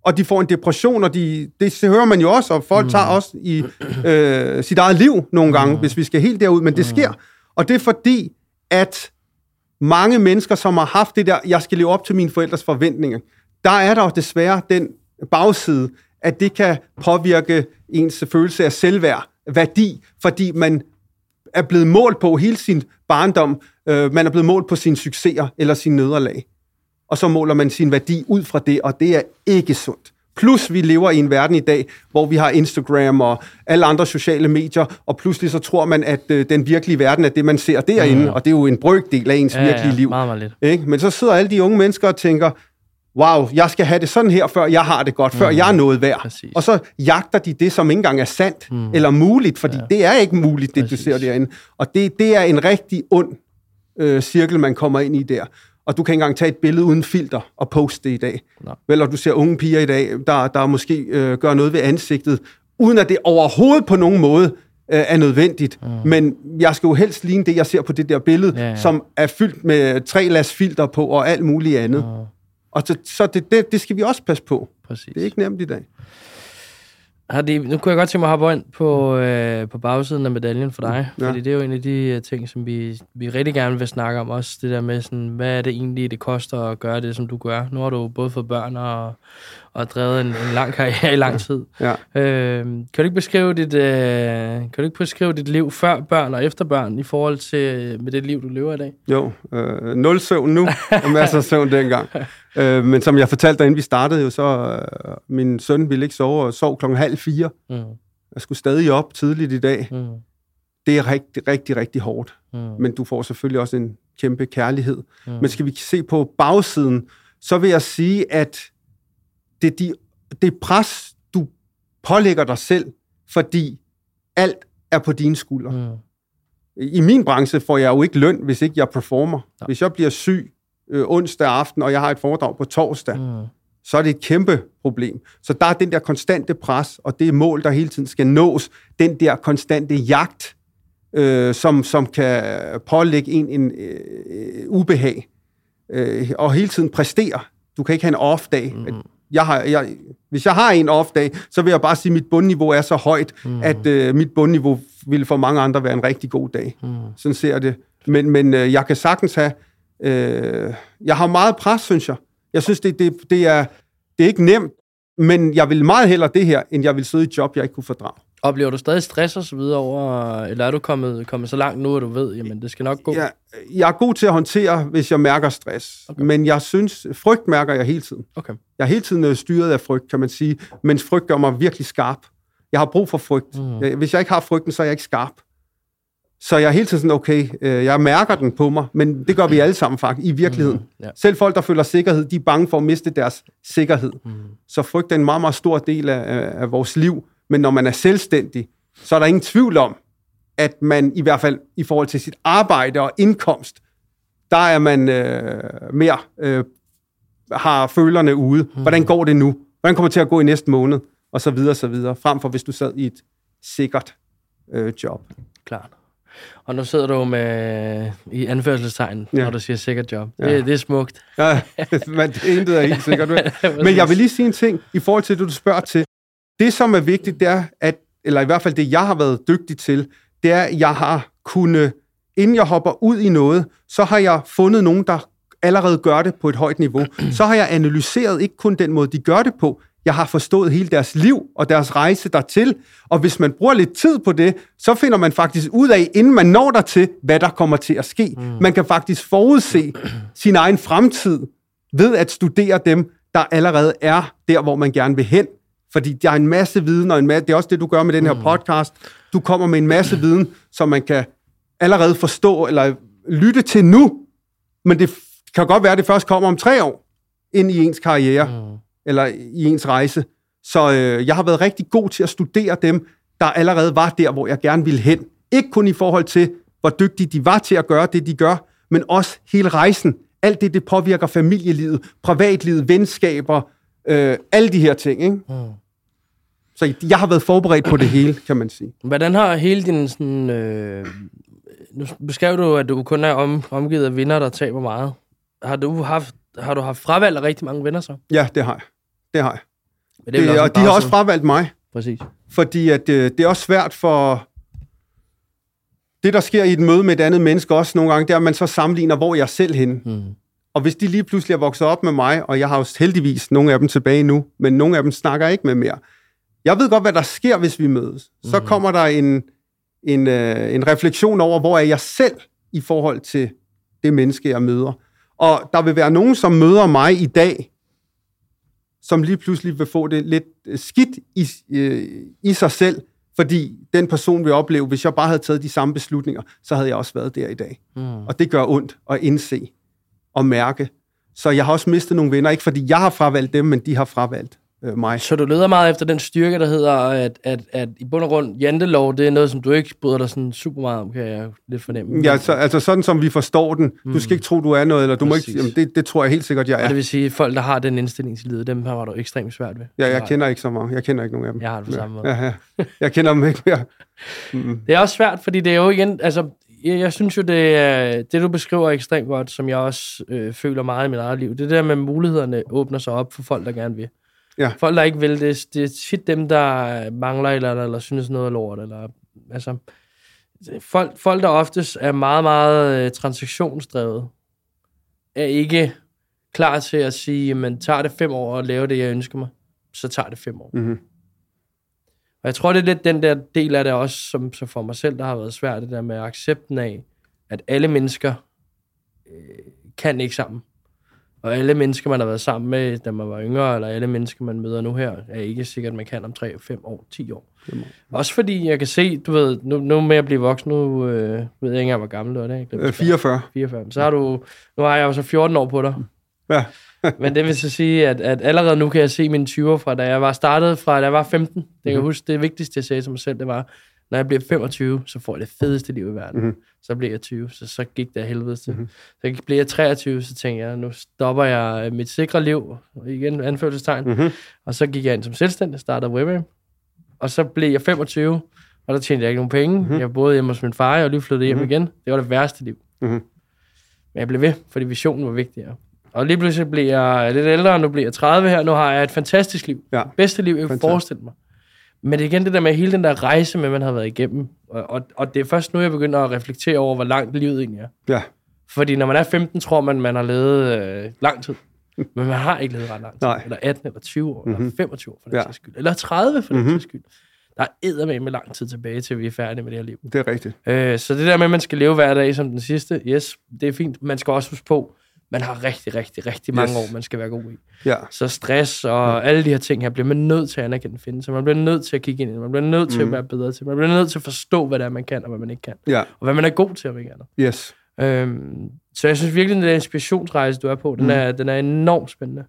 og de får en depression, og de, det hører man jo også, og folk mm. tager også i øh, sit eget liv nogle gange, mm. hvis vi skal helt derud, men det sker. Og det er fordi, at mange mennesker, som har haft det der, jeg skal leve op til mine forældres forventninger, der er der jo desværre den bagside, at det kan påvirke ens følelse af selvværd, værdi, fordi man er blevet målt på hele sin barndom, øh, man er blevet målt på sine succeser eller sine nederlag. Og så måler man sin værdi ud fra det, og det er ikke sundt. Plus vi lever i en verden i dag, hvor vi har Instagram og alle andre sociale medier, og pludselig så tror man, at øh, den virkelige verden er det, man ser derinde, mm. og det er jo en brøkdel af ens ja, virkelige ja, liv. meget, meget lidt. Ikke? Men så sidder alle de unge mennesker og tænker, wow, jeg skal have det sådan her, før jeg har det godt, før mm. jeg er noget værd. Præcis. Og så jagter de det, som ikke engang er sandt mm. eller muligt, fordi ja. det er ikke muligt, det Præcis. du ser derinde. Og det, det er en rigtig ond øh, cirkel, man kommer ind i der. Og du kan ikke engang tage et billede uden filter og poste det i dag. No. Vel, og du ser unge piger i dag, der, der måske øh, gør noget ved ansigtet, uden at det overhovedet på nogen måde øh, er nødvendigt. Mm. Men jeg skal jo helst ligne det, jeg ser på det der billede, ja, ja. som er fyldt med tre las filter på og alt muligt andet. Mm. Og så, så det, det, det skal vi også passe på. Præcis. Det er ikke nemt i dag. Har de, nu kunne jeg godt tænke mig at hoppe ind på, øh, på bagsiden af medaljen for dig, ja. fordi det er jo en af de uh, ting, som vi, vi rigtig gerne vil snakke om, også det der med, sådan, hvad er det egentlig, det koster at gøre det, som du gør. Nu har du både fået børn og, og drevet en, en lang karriere i lang tid. Ja. Øh, kan du ikke beskrive dit, øh, kan du ikke beskrive dit liv før børn og efter børn, i forhold til med det liv, du lever i dag? Jo, øh, nul søvn nu, og masser af søvn dengang. Øh, men som jeg fortalte dig, inden vi startede, jo, så øh, min søn ville ikke sove, og sov klokken halv fire. Mm. Jeg skulle stadig op tidligt i dag. Mm. Det er rigtig, rigtig, rigtig hårdt. Mm. Men du får selvfølgelig også en kæmpe kærlighed. Mm. Men skal vi se på bagsiden, så vil jeg sige, at det, de, det pres, du pålægger dig selv, fordi alt er på dine skuldre. Mm. I min branche får jeg jo ikke løn, hvis ikke jeg performer. Ja. Hvis jeg bliver syg øh, onsdag aften, og jeg har et foredrag på torsdag, mm. så er det et kæmpe problem. Så der er den der konstante pres, og det mål, der hele tiden skal nås, den der konstante jagt, øh, som, som kan pålægge en en øh, ubehag, øh, og hele tiden præstere. Du kan ikke have en off-dag. Mm. Jeg har, jeg, hvis jeg har en off-dag, så vil jeg bare sige, at mit bundniveau er så højt, mm. at øh, mit bundniveau vil for mange andre være en rigtig god dag. Mm. Sådan ser jeg det. Men, men øh, jeg kan sagtens have... Øh, jeg har meget pres, synes jeg. Jeg synes, det, det, det, er, det er ikke nemt, men jeg vil meget hellere det her, end jeg vil sidde i et job, jeg ikke kunne fordrage. Oplever du stadig stress og så videre over, eller er du kommet, kommet så langt nu, at du ved, jamen det skal nok gå? Jeg, jeg er god til at håndtere, hvis jeg mærker stress. Okay. Men jeg synes, frygt mærker jeg hele tiden. Okay. Jeg er hele tiden styret af frygt, kan man sige, mens frygt gør mig virkelig skarp. Jeg har brug for frygt. Mm. Jeg, hvis jeg ikke har frygten, så er jeg ikke skarp. Så jeg er hele tiden sådan, okay, øh, jeg mærker den på mig, men det gør vi alle sammen faktisk, i virkeligheden. Mm, yeah. Selv folk, der føler sikkerhed, de er bange for at miste deres sikkerhed. Mm. Så frygt er en meget, meget stor del af, af, af vores liv. Men når man er selvstændig, så er der ingen tvivl om, at man i hvert fald i forhold til sit arbejde og indkomst, der er man øh, mere, øh, har følerne ude. Mm. Hvordan går det nu? Hvordan kommer det til at gå i næste måned? Og så videre, så videre. Frem for hvis du sad i et sikkert øh, job. Klart. Og nu sidder du med i anførselstegn, ja. når du siger sikkert job. Det, ja. det er smukt. Ja, men det intet er helt sikkert. Men jeg vil lige sige en ting, i forhold til det, du spørger til. Det, som er vigtigt, det er, at, eller i hvert fald det, jeg har været dygtig til, det er, at jeg har kunnet, inden jeg hopper ud i noget, så har jeg fundet nogen, der allerede gør det på et højt niveau. Så har jeg analyseret ikke kun den måde, de gør det på, jeg har forstået hele deres liv og deres rejse dertil, og hvis man bruger lidt tid på det, så finder man faktisk ud af, inden man når dertil, hvad der kommer til at ske. Mm. Man kan faktisk forudse sin egen fremtid ved at studere dem, der allerede er der, hvor man gerne vil hen. Fordi der er en masse viden, og en masse, det er også det, du gør med den her podcast. Du kommer med en masse viden, som man kan allerede forstå eller lytte til nu, men det kan godt være, at det først kommer om tre år ind i ens karriere. Mm. eller i ens rejse. Så øh, jeg har været rigtig god til at studere dem, der allerede var der, hvor jeg gerne ville hen. Ikke kun i forhold til, hvor dygtige de var til at gøre det, de gør, men også hele rejsen. Alt det, det påvirker familielivet, privatlivet, venskaber, øh, alle de her ting. Ikke? Mm. Så jeg har været forberedt på det hele, kan man sige. Hvordan har hele din sådan... Øh, nu beskrev du, at du kun er om, omgivet af venner, der taber meget. Har du haft, har du haft fravalg af rigtig mange venner så? Ja, det har jeg. Det har jeg. Men det er det, også og de har også fravalgt mig. Præcis. Fordi at, øh, det er også svært for... Det, der sker i et møde med et andet menneske også nogle gange, det er, at man så sammenligner, hvor jeg er selv henne. Mm. Og hvis de lige pludselig er vokset op med mig, og jeg har jo heldigvis nogle af dem tilbage nu, men nogle af dem snakker ikke med mere. Jeg ved godt, hvad der sker, hvis vi mødes. Mm. Så kommer der en, en, øh, en refleksion over, hvor er jeg selv i forhold til det menneske, jeg møder. Og der vil være nogen, som møder mig i dag, som lige pludselig vil få det lidt skidt i, øh, i sig selv, fordi den person vil opleve, hvis jeg bare havde taget de samme beslutninger, så havde jeg også været der i dag. Mm. Og det gør ondt at indse og mærke. Så jeg har også mistet nogle venner, ikke fordi jeg har fravalgt dem, men de har fravalgt øh, mig. Så du leder meget efter den styrke, der hedder, at, at, at i bund og grund, jantelov, det er noget, som du ikke bryder dig sådan super meget om, kan jeg lidt fornemme. Ja, så, altså sådan som vi forstår den. Mm. Du skal ikke tro, du er noget, eller du Præcis. må ikke... Jamen, det, det tror jeg helt sikkert, jeg er. Og det vil sige, at folk, der har den indstilling til livet, dem har du ekstremt svært ved. Ja, jeg kender ikke så mange. Jeg kender ikke nogen af dem. Jeg har det på samme måde. Ja, ja. Jeg kender dem ikke mere. Mm. Det er også svært, fordi det er jo igen... Altså, jeg, jeg synes jo, det er, det du beskriver ekstremt godt, som jeg også øh, føler meget i mit eget liv. Det der med mulighederne åbner sig op for folk, der gerne vil. Ja. Folk, der ikke vil, det, det er tit dem, der mangler eller, eller, eller synes noget er lort. Eller, altså, folk, folk, der oftest er meget, meget øh, transaktionsdrevet, er ikke klar til at sige, men tager det fem år at lave det, jeg ønsker mig, så tager det fem år. Mm-hmm. Og jeg tror, det er lidt den der del af det også, som så for mig selv, der har været svært, det der med accepten af, at alle mennesker øh, kan ikke sammen. Og alle mennesker, man har været sammen med, da man var yngre, eller alle mennesker, man møder nu her, er ikke sikkert, man kan om tre, fem år, ti år. Mm. Også fordi jeg kan se, du ved, nu, nu med at blive voksen, nu øh, ved jeg ikke engang, hvor gammel du er. Det, øh, fireogfyrre. fireogfyrre. Så har du, nu har jeg jo så fjorten år på dig. Ja. Men det vil så sige, at, at allerede nu kan jeg se mine tyver fra, da jeg var startet fra, da jeg var femten. Det kan jeg huske, det vigtigste, jeg sagde til mig selv, det var, når jeg bliver femogtyve, så får jeg det fedeste liv i verden. Mm-hmm. Så bliver jeg tyve, så, så gik det af helvede til. Mm-hmm. Så bliver jeg treogtyve, så tænkte jeg, nu stopper jeg mit sikre liv, igen anførselstegn, mm-hmm. og så gik jeg ind som selvstændig, startede WebAim, og så blev jeg femogtyve, og der tjente jeg ikke nogen penge. Mm-hmm. Jeg boede hjemme hos min far, og jeg lige flyttede hjem mm-hmm. igen. Det var det værste liv. Mm-hmm. Men jeg blev ved, fordi visionen var vigtigere. Og lige pludselig blev jeg lidt ældre, og nu bliver jeg tredive her, nu har jeg et fantastisk liv. Ja. Bedste liv, jeg kan forestille mig. Men det er igen det der med hele den der rejse, med man har været igennem. Og, og, og det er først nu, jeg begynder at reflektere over, hvor langt livet egentlig er. Ja. Fordi når man er femten, tror man, man har levet øh, lang tid. Men man har ikke levet ret lang tid. Nej. Eller atten, eller tyve år, mm-hmm. eller femogtyve år for den ja. skyld. Eller tredive for mm-hmm. den skyld. Der er eddermame med lang tid tilbage, til vi er færdige med det her liv. Det er rigtigt. Øh, så det der med, at man skal leve hver dag som den sidste, yes, det er fint. Man skal også huske på, man har rigtig, rigtig, rigtig mange yes. år, man skal være god i. Ja. Så stress og ja. alle de her ting her, bliver man nødt til at anerkende finde. Så man bliver nødt til at kigge ind i det. Man bliver nødt til mm. at være bedre til. Man bliver nødt til at forstå, hvad det er, man kan, og hvad man ikke kan. Ja. Og hvad man er god til, og hvad ikke andet. Yes. Øhm, så jeg synes virkelig, den der inspirationsrejse, du er på, den, mm. er, den er enormt spændende.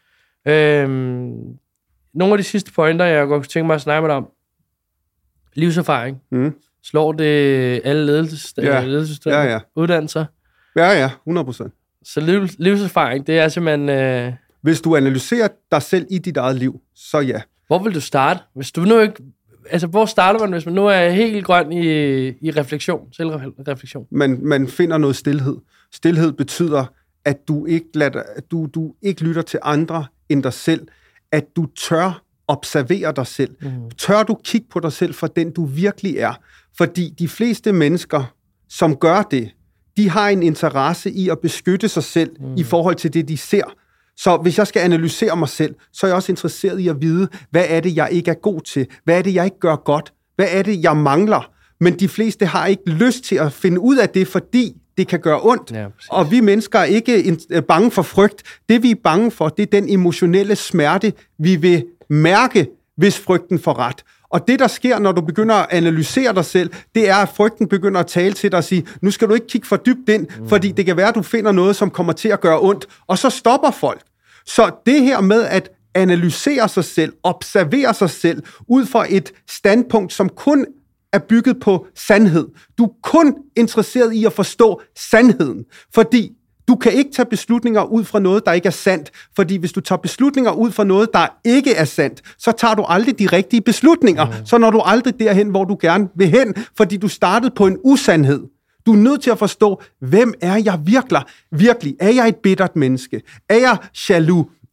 Øhm, nogle af de sidste pointer, jeg godt kunne tænke mig at snakke med dig om. Livserfaring. Mm. Slår det alle ledelsessteder, ja. ledelsessteder ja, ja. uddannelser? Ja, ja, hundrede procent. Så liv, livserfaring, det er simpelthen... Øh... Hvis du analyserer dig selv i dit eget liv, så ja. Hvor vil du starte? Hvis du nu ikke... Altså, hvor starter man, hvis man nu er helt grøn i, i refleksion, selvreflektion? Man, man finder noget stilhed. Stilhed betyder, at du ikke, lader, at du, du ikke lytter til andre end dig selv. At du tør observere dig selv. Mm. Tør du kigge på dig selv for den, du virkelig er. Fordi de fleste mennesker, som gør det, de har en interesse i at beskytte sig selv mm. i forhold til det, de ser. Så hvis jeg skal analysere mig selv, så er jeg også interesseret i at vide, hvad er det, jeg ikke er god til? Hvad er det, jeg ikke gør godt? Hvad er det, jeg mangler? Men de fleste har ikke lyst til at finde ud af det, fordi det kan gøre ondt. Ja, og vi mennesker er ikke bange for frygt. Det, vi er bange for, det er den emotionelle smerte, vi vil mærke, hvis frygten får ret. Og det, der sker, når du begynder at analysere dig selv, det er, at frygten begynder at tale til dig og sige, nu skal du ikke kigge for dybt ind, mm. fordi det kan være, at du finder noget, som kommer til at gøre ondt. Og så stopper folk. Så det her med at analysere sig selv, observere sig selv, ud fra et standpunkt, som kun er bygget på sandhed. Du er kun interesseret i at forstå sandheden, fordi du kan ikke tage beslutninger ud fra noget, der ikke er sandt. Fordi hvis du tager beslutninger ud fra noget, der ikke er sandt, så tager du aldrig de rigtige beslutninger. Mm. Så når du aldrig derhen, hvor du gerne vil hen, fordi du startede på en usandhed. Du er nødt til at forstå, hvem er jeg virkelig? Virkelig. Er jeg et bittert menneske? Er jeg jaloux?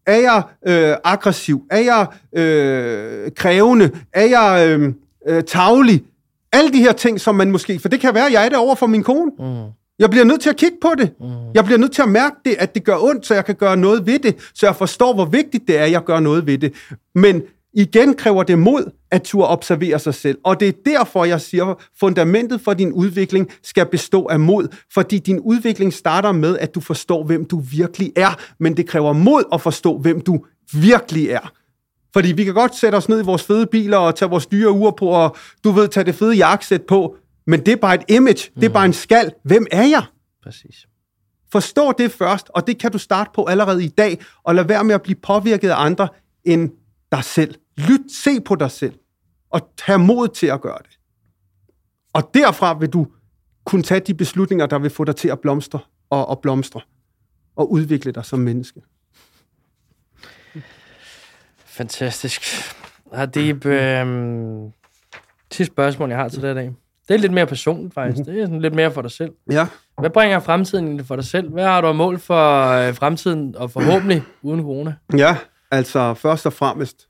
Er jeg øh, aggressiv? Er jeg øh, krævende? Er jeg øh, øh, tavlig? Alle de her ting, som man måske... For det kan være, at jeg er det over for min kone. Mm. Jeg bliver nødt til at kigge på det. Mm. Jeg bliver nødt til at mærke det, at det gør ondt, så jeg kan gøre noget ved det. Så jeg forstår, hvor vigtigt det er, at jeg gør noget ved det. Men igen kræver det mod at turde observere sig selv. Og det er derfor, jeg siger, fundamentet for din udvikling skal bestå af mod. Fordi din udvikling starter med, at du forstår, hvem du virkelig er. Men det kræver mod at forstå, hvem du virkelig er. Fordi vi kan godt sætte os ned i vores fede biler og tage vores dyre ure på, og du ved, tage det fede jakkesæt på. Men det er bare et image. Det er bare en skal. Hvem er jeg? Præcis. Forstå det først, og det kan du starte på allerede i dag, og lad være med at blive påvirket af andre end dig selv. Lyt, se på dig selv, og have mod til at gøre det. Og derfra vil du kunne tage de beslutninger, der vil få dig til at blomstre og, og blomstre, og udvikle dig som menneske. Fantastisk. Hadib, øh, sidste spørgsmål, jeg har til dig i dag. Det er lidt mere personligt, faktisk. Mm-hmm. Det er sådan lidt mere for dig selv. Ja. Hvad bringer fremtiden egentlig for dig selv? Hvad har du af mål for øh, fremtiden, og forhåbentlig uden corona? Ja, altså først og fremmest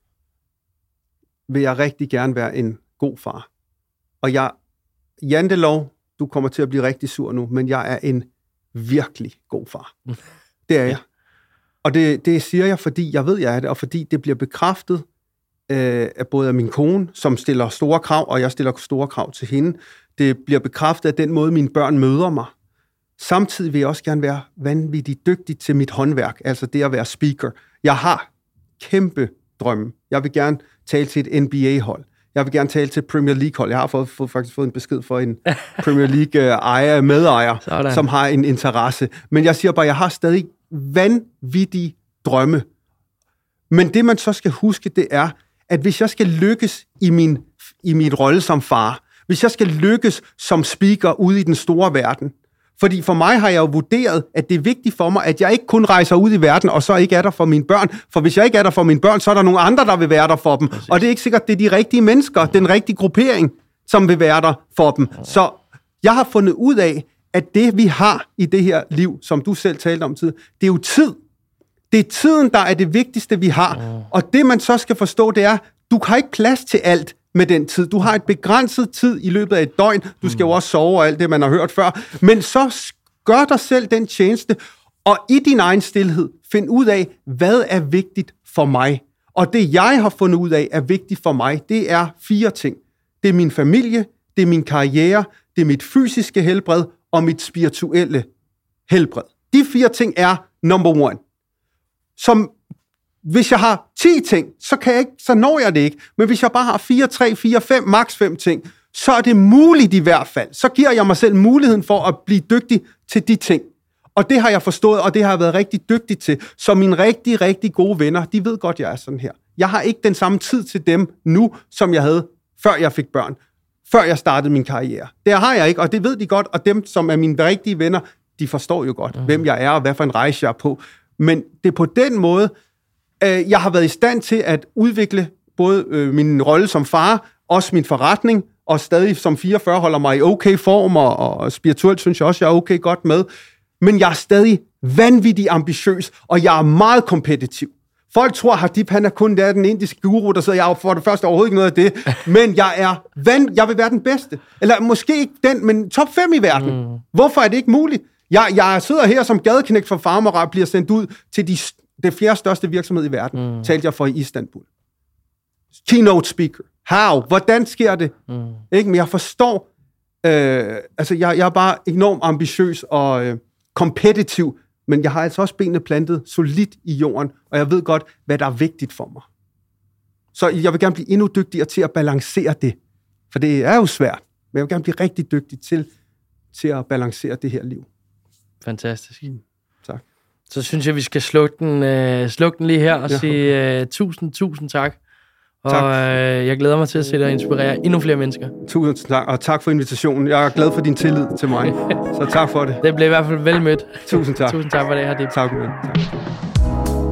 vil jeg rigtig gerne være en god far. Og jeg, Jantelov, du kommer til at blive rigtig sur nu, men jeg er en virkelig god far. Det er jeg. Og det, det siger jeg, fordi jeg ved, jeg er det, og fordi det bliver bekræftet øh, af både af min kone, som stiller store krav, og jeg stiller store krav til hende. Det bliver bekræftet af den måde, mine børn møder mig. Samtidig vil jeg også gerne være vanvittigt dygtig til mit håndværk, altså det at være speaker. Jeg har kæmpe drømme. Jeg vil gerne tale til et N B A-hold. Jeg vil gerne tale til Premier League-hold. Jeg har fået, fået, faktisk fået en besked for en Premier League-ejer, medejer, Sådan. som har en interesse. Men jeg siger bare, jeg har stadig vanvittige drømme. Men det, man så skal huske, det er, at hvis jeg skal lykkes i min, i min rolle som far, hvis jeg skal lykkes som speaker ude i den store verden, fordi for mig har jeg jo vurderet, at det er vigtigt for mig, at jeg ikke kun rejser ud i verden, og så ikke er der for mine børn. For hvis jeg ikke er der for mine børn, så er der nogle andre, der vil være der for dem. Præcis. Og det er ikke sikkert, det er de rigtige mennesker, den rigtige gruppering, som vil være der for dem. Så jeg har fundet ud af, at det, vi har i det her liv, som du selv talte om tid, det er jo tid. Det er tiden, der er det vigtigste, vi har. Og det, man så skal forstå, det er, du har ikke plads til alt med den tid. Du har et begrænset tid i løbet af et døgn. Du skal jo også sove og alt det, man har hørt før. Men så gør dig selv den tjeneste, og i din egen stilhed, find ud af, hvad er vigtigt for mig. Og det, jeg har fundet ud af, er vigtigt for mig, det er fire ting. Det er min familie, det er min karriere, det er mit fysiske helbred og mit spirituelle helbred. De fire ting er number one. Som hvis jeg har ti ting, så, kan jeg ikke, så når jeg det ikke. Men hvis jeg bare har fire, tre, fire, fem, maks fem ting, så er det muligt i hvert fald. Så giver jeg mig selv muligheden for at blive dygtig til de ting. Og det har jeg forstået, og det har jeg været rigtig dygtig til. Så mine rigtig, rigtig gode venner, de ved godt, jeg er sådan her. Jeg har ikke den samme tid til dem nu, som jeg havde, før jeg fik børn. Før jeg startede min karriere. Det har jeg ikke, og det ved de godt. Og dem, som er mine rigtige venner, de forstår jo godt, mm. hvem jeg er, og hvad for en rejse jeg er på. Men det er på den måde, øh, jeg har været i stand til at udvikle både øh, min rolle som far, også min forretning, og stadig som fireogfyrre holder mig i okay form, og, og spirituelt synes jeg også, jeg er okay godt med. Men jeg er stadig vanvittigt ambitiøs, og jeg er meget kompetitiv. Folk tror, at Hadib, han er kun der, den indiske guru, der sidder, jeg er for det første overhovedet ikke noget af det, men jeg er van, jeg vil være den bedste. Eller måske ikke den, men top fem i verden. Mm. Hvorfor er det ikke muligt? Jeg, jeg sidder her som gadeknægt for Farmer og bliver sendt ud til de, det fjerde største virksomhed i verden, mm. talte jeg for i Istanbul. Keynote speaker. How? Hvordan sker det? Mm. Ikke? Men jeg forstår, øh, altså jeg, jeg er bare enormt ambitiøs og øh, kompetitiv, men jeg har altså også benene plantet solidt i jorden, og jeg ved godt, hvad der er vigtigt for mig. Så jeg vil gerne blive endnu dygtigere til at balancere det, for det er jo svært, men jeg vil gerne blive rigtig dygtig til, til at balancere det her liv. Fantastisk. Mm. Tak. Så synes jeg, vi skal slukke den, øh, slukke den lige her og ja. sige øh, tusind, tusind tak. Og tak. Øh, jeg glæder mig til at se dig inspirere endnu flere mennesker. Tusind tak, og tak for invitationen. Jeg er glad for din tillid til mig, så tak for det. Det blev i hvert fald vel mødt. Tusind tak. Tusind tak for det, Hadib. Tak, tak.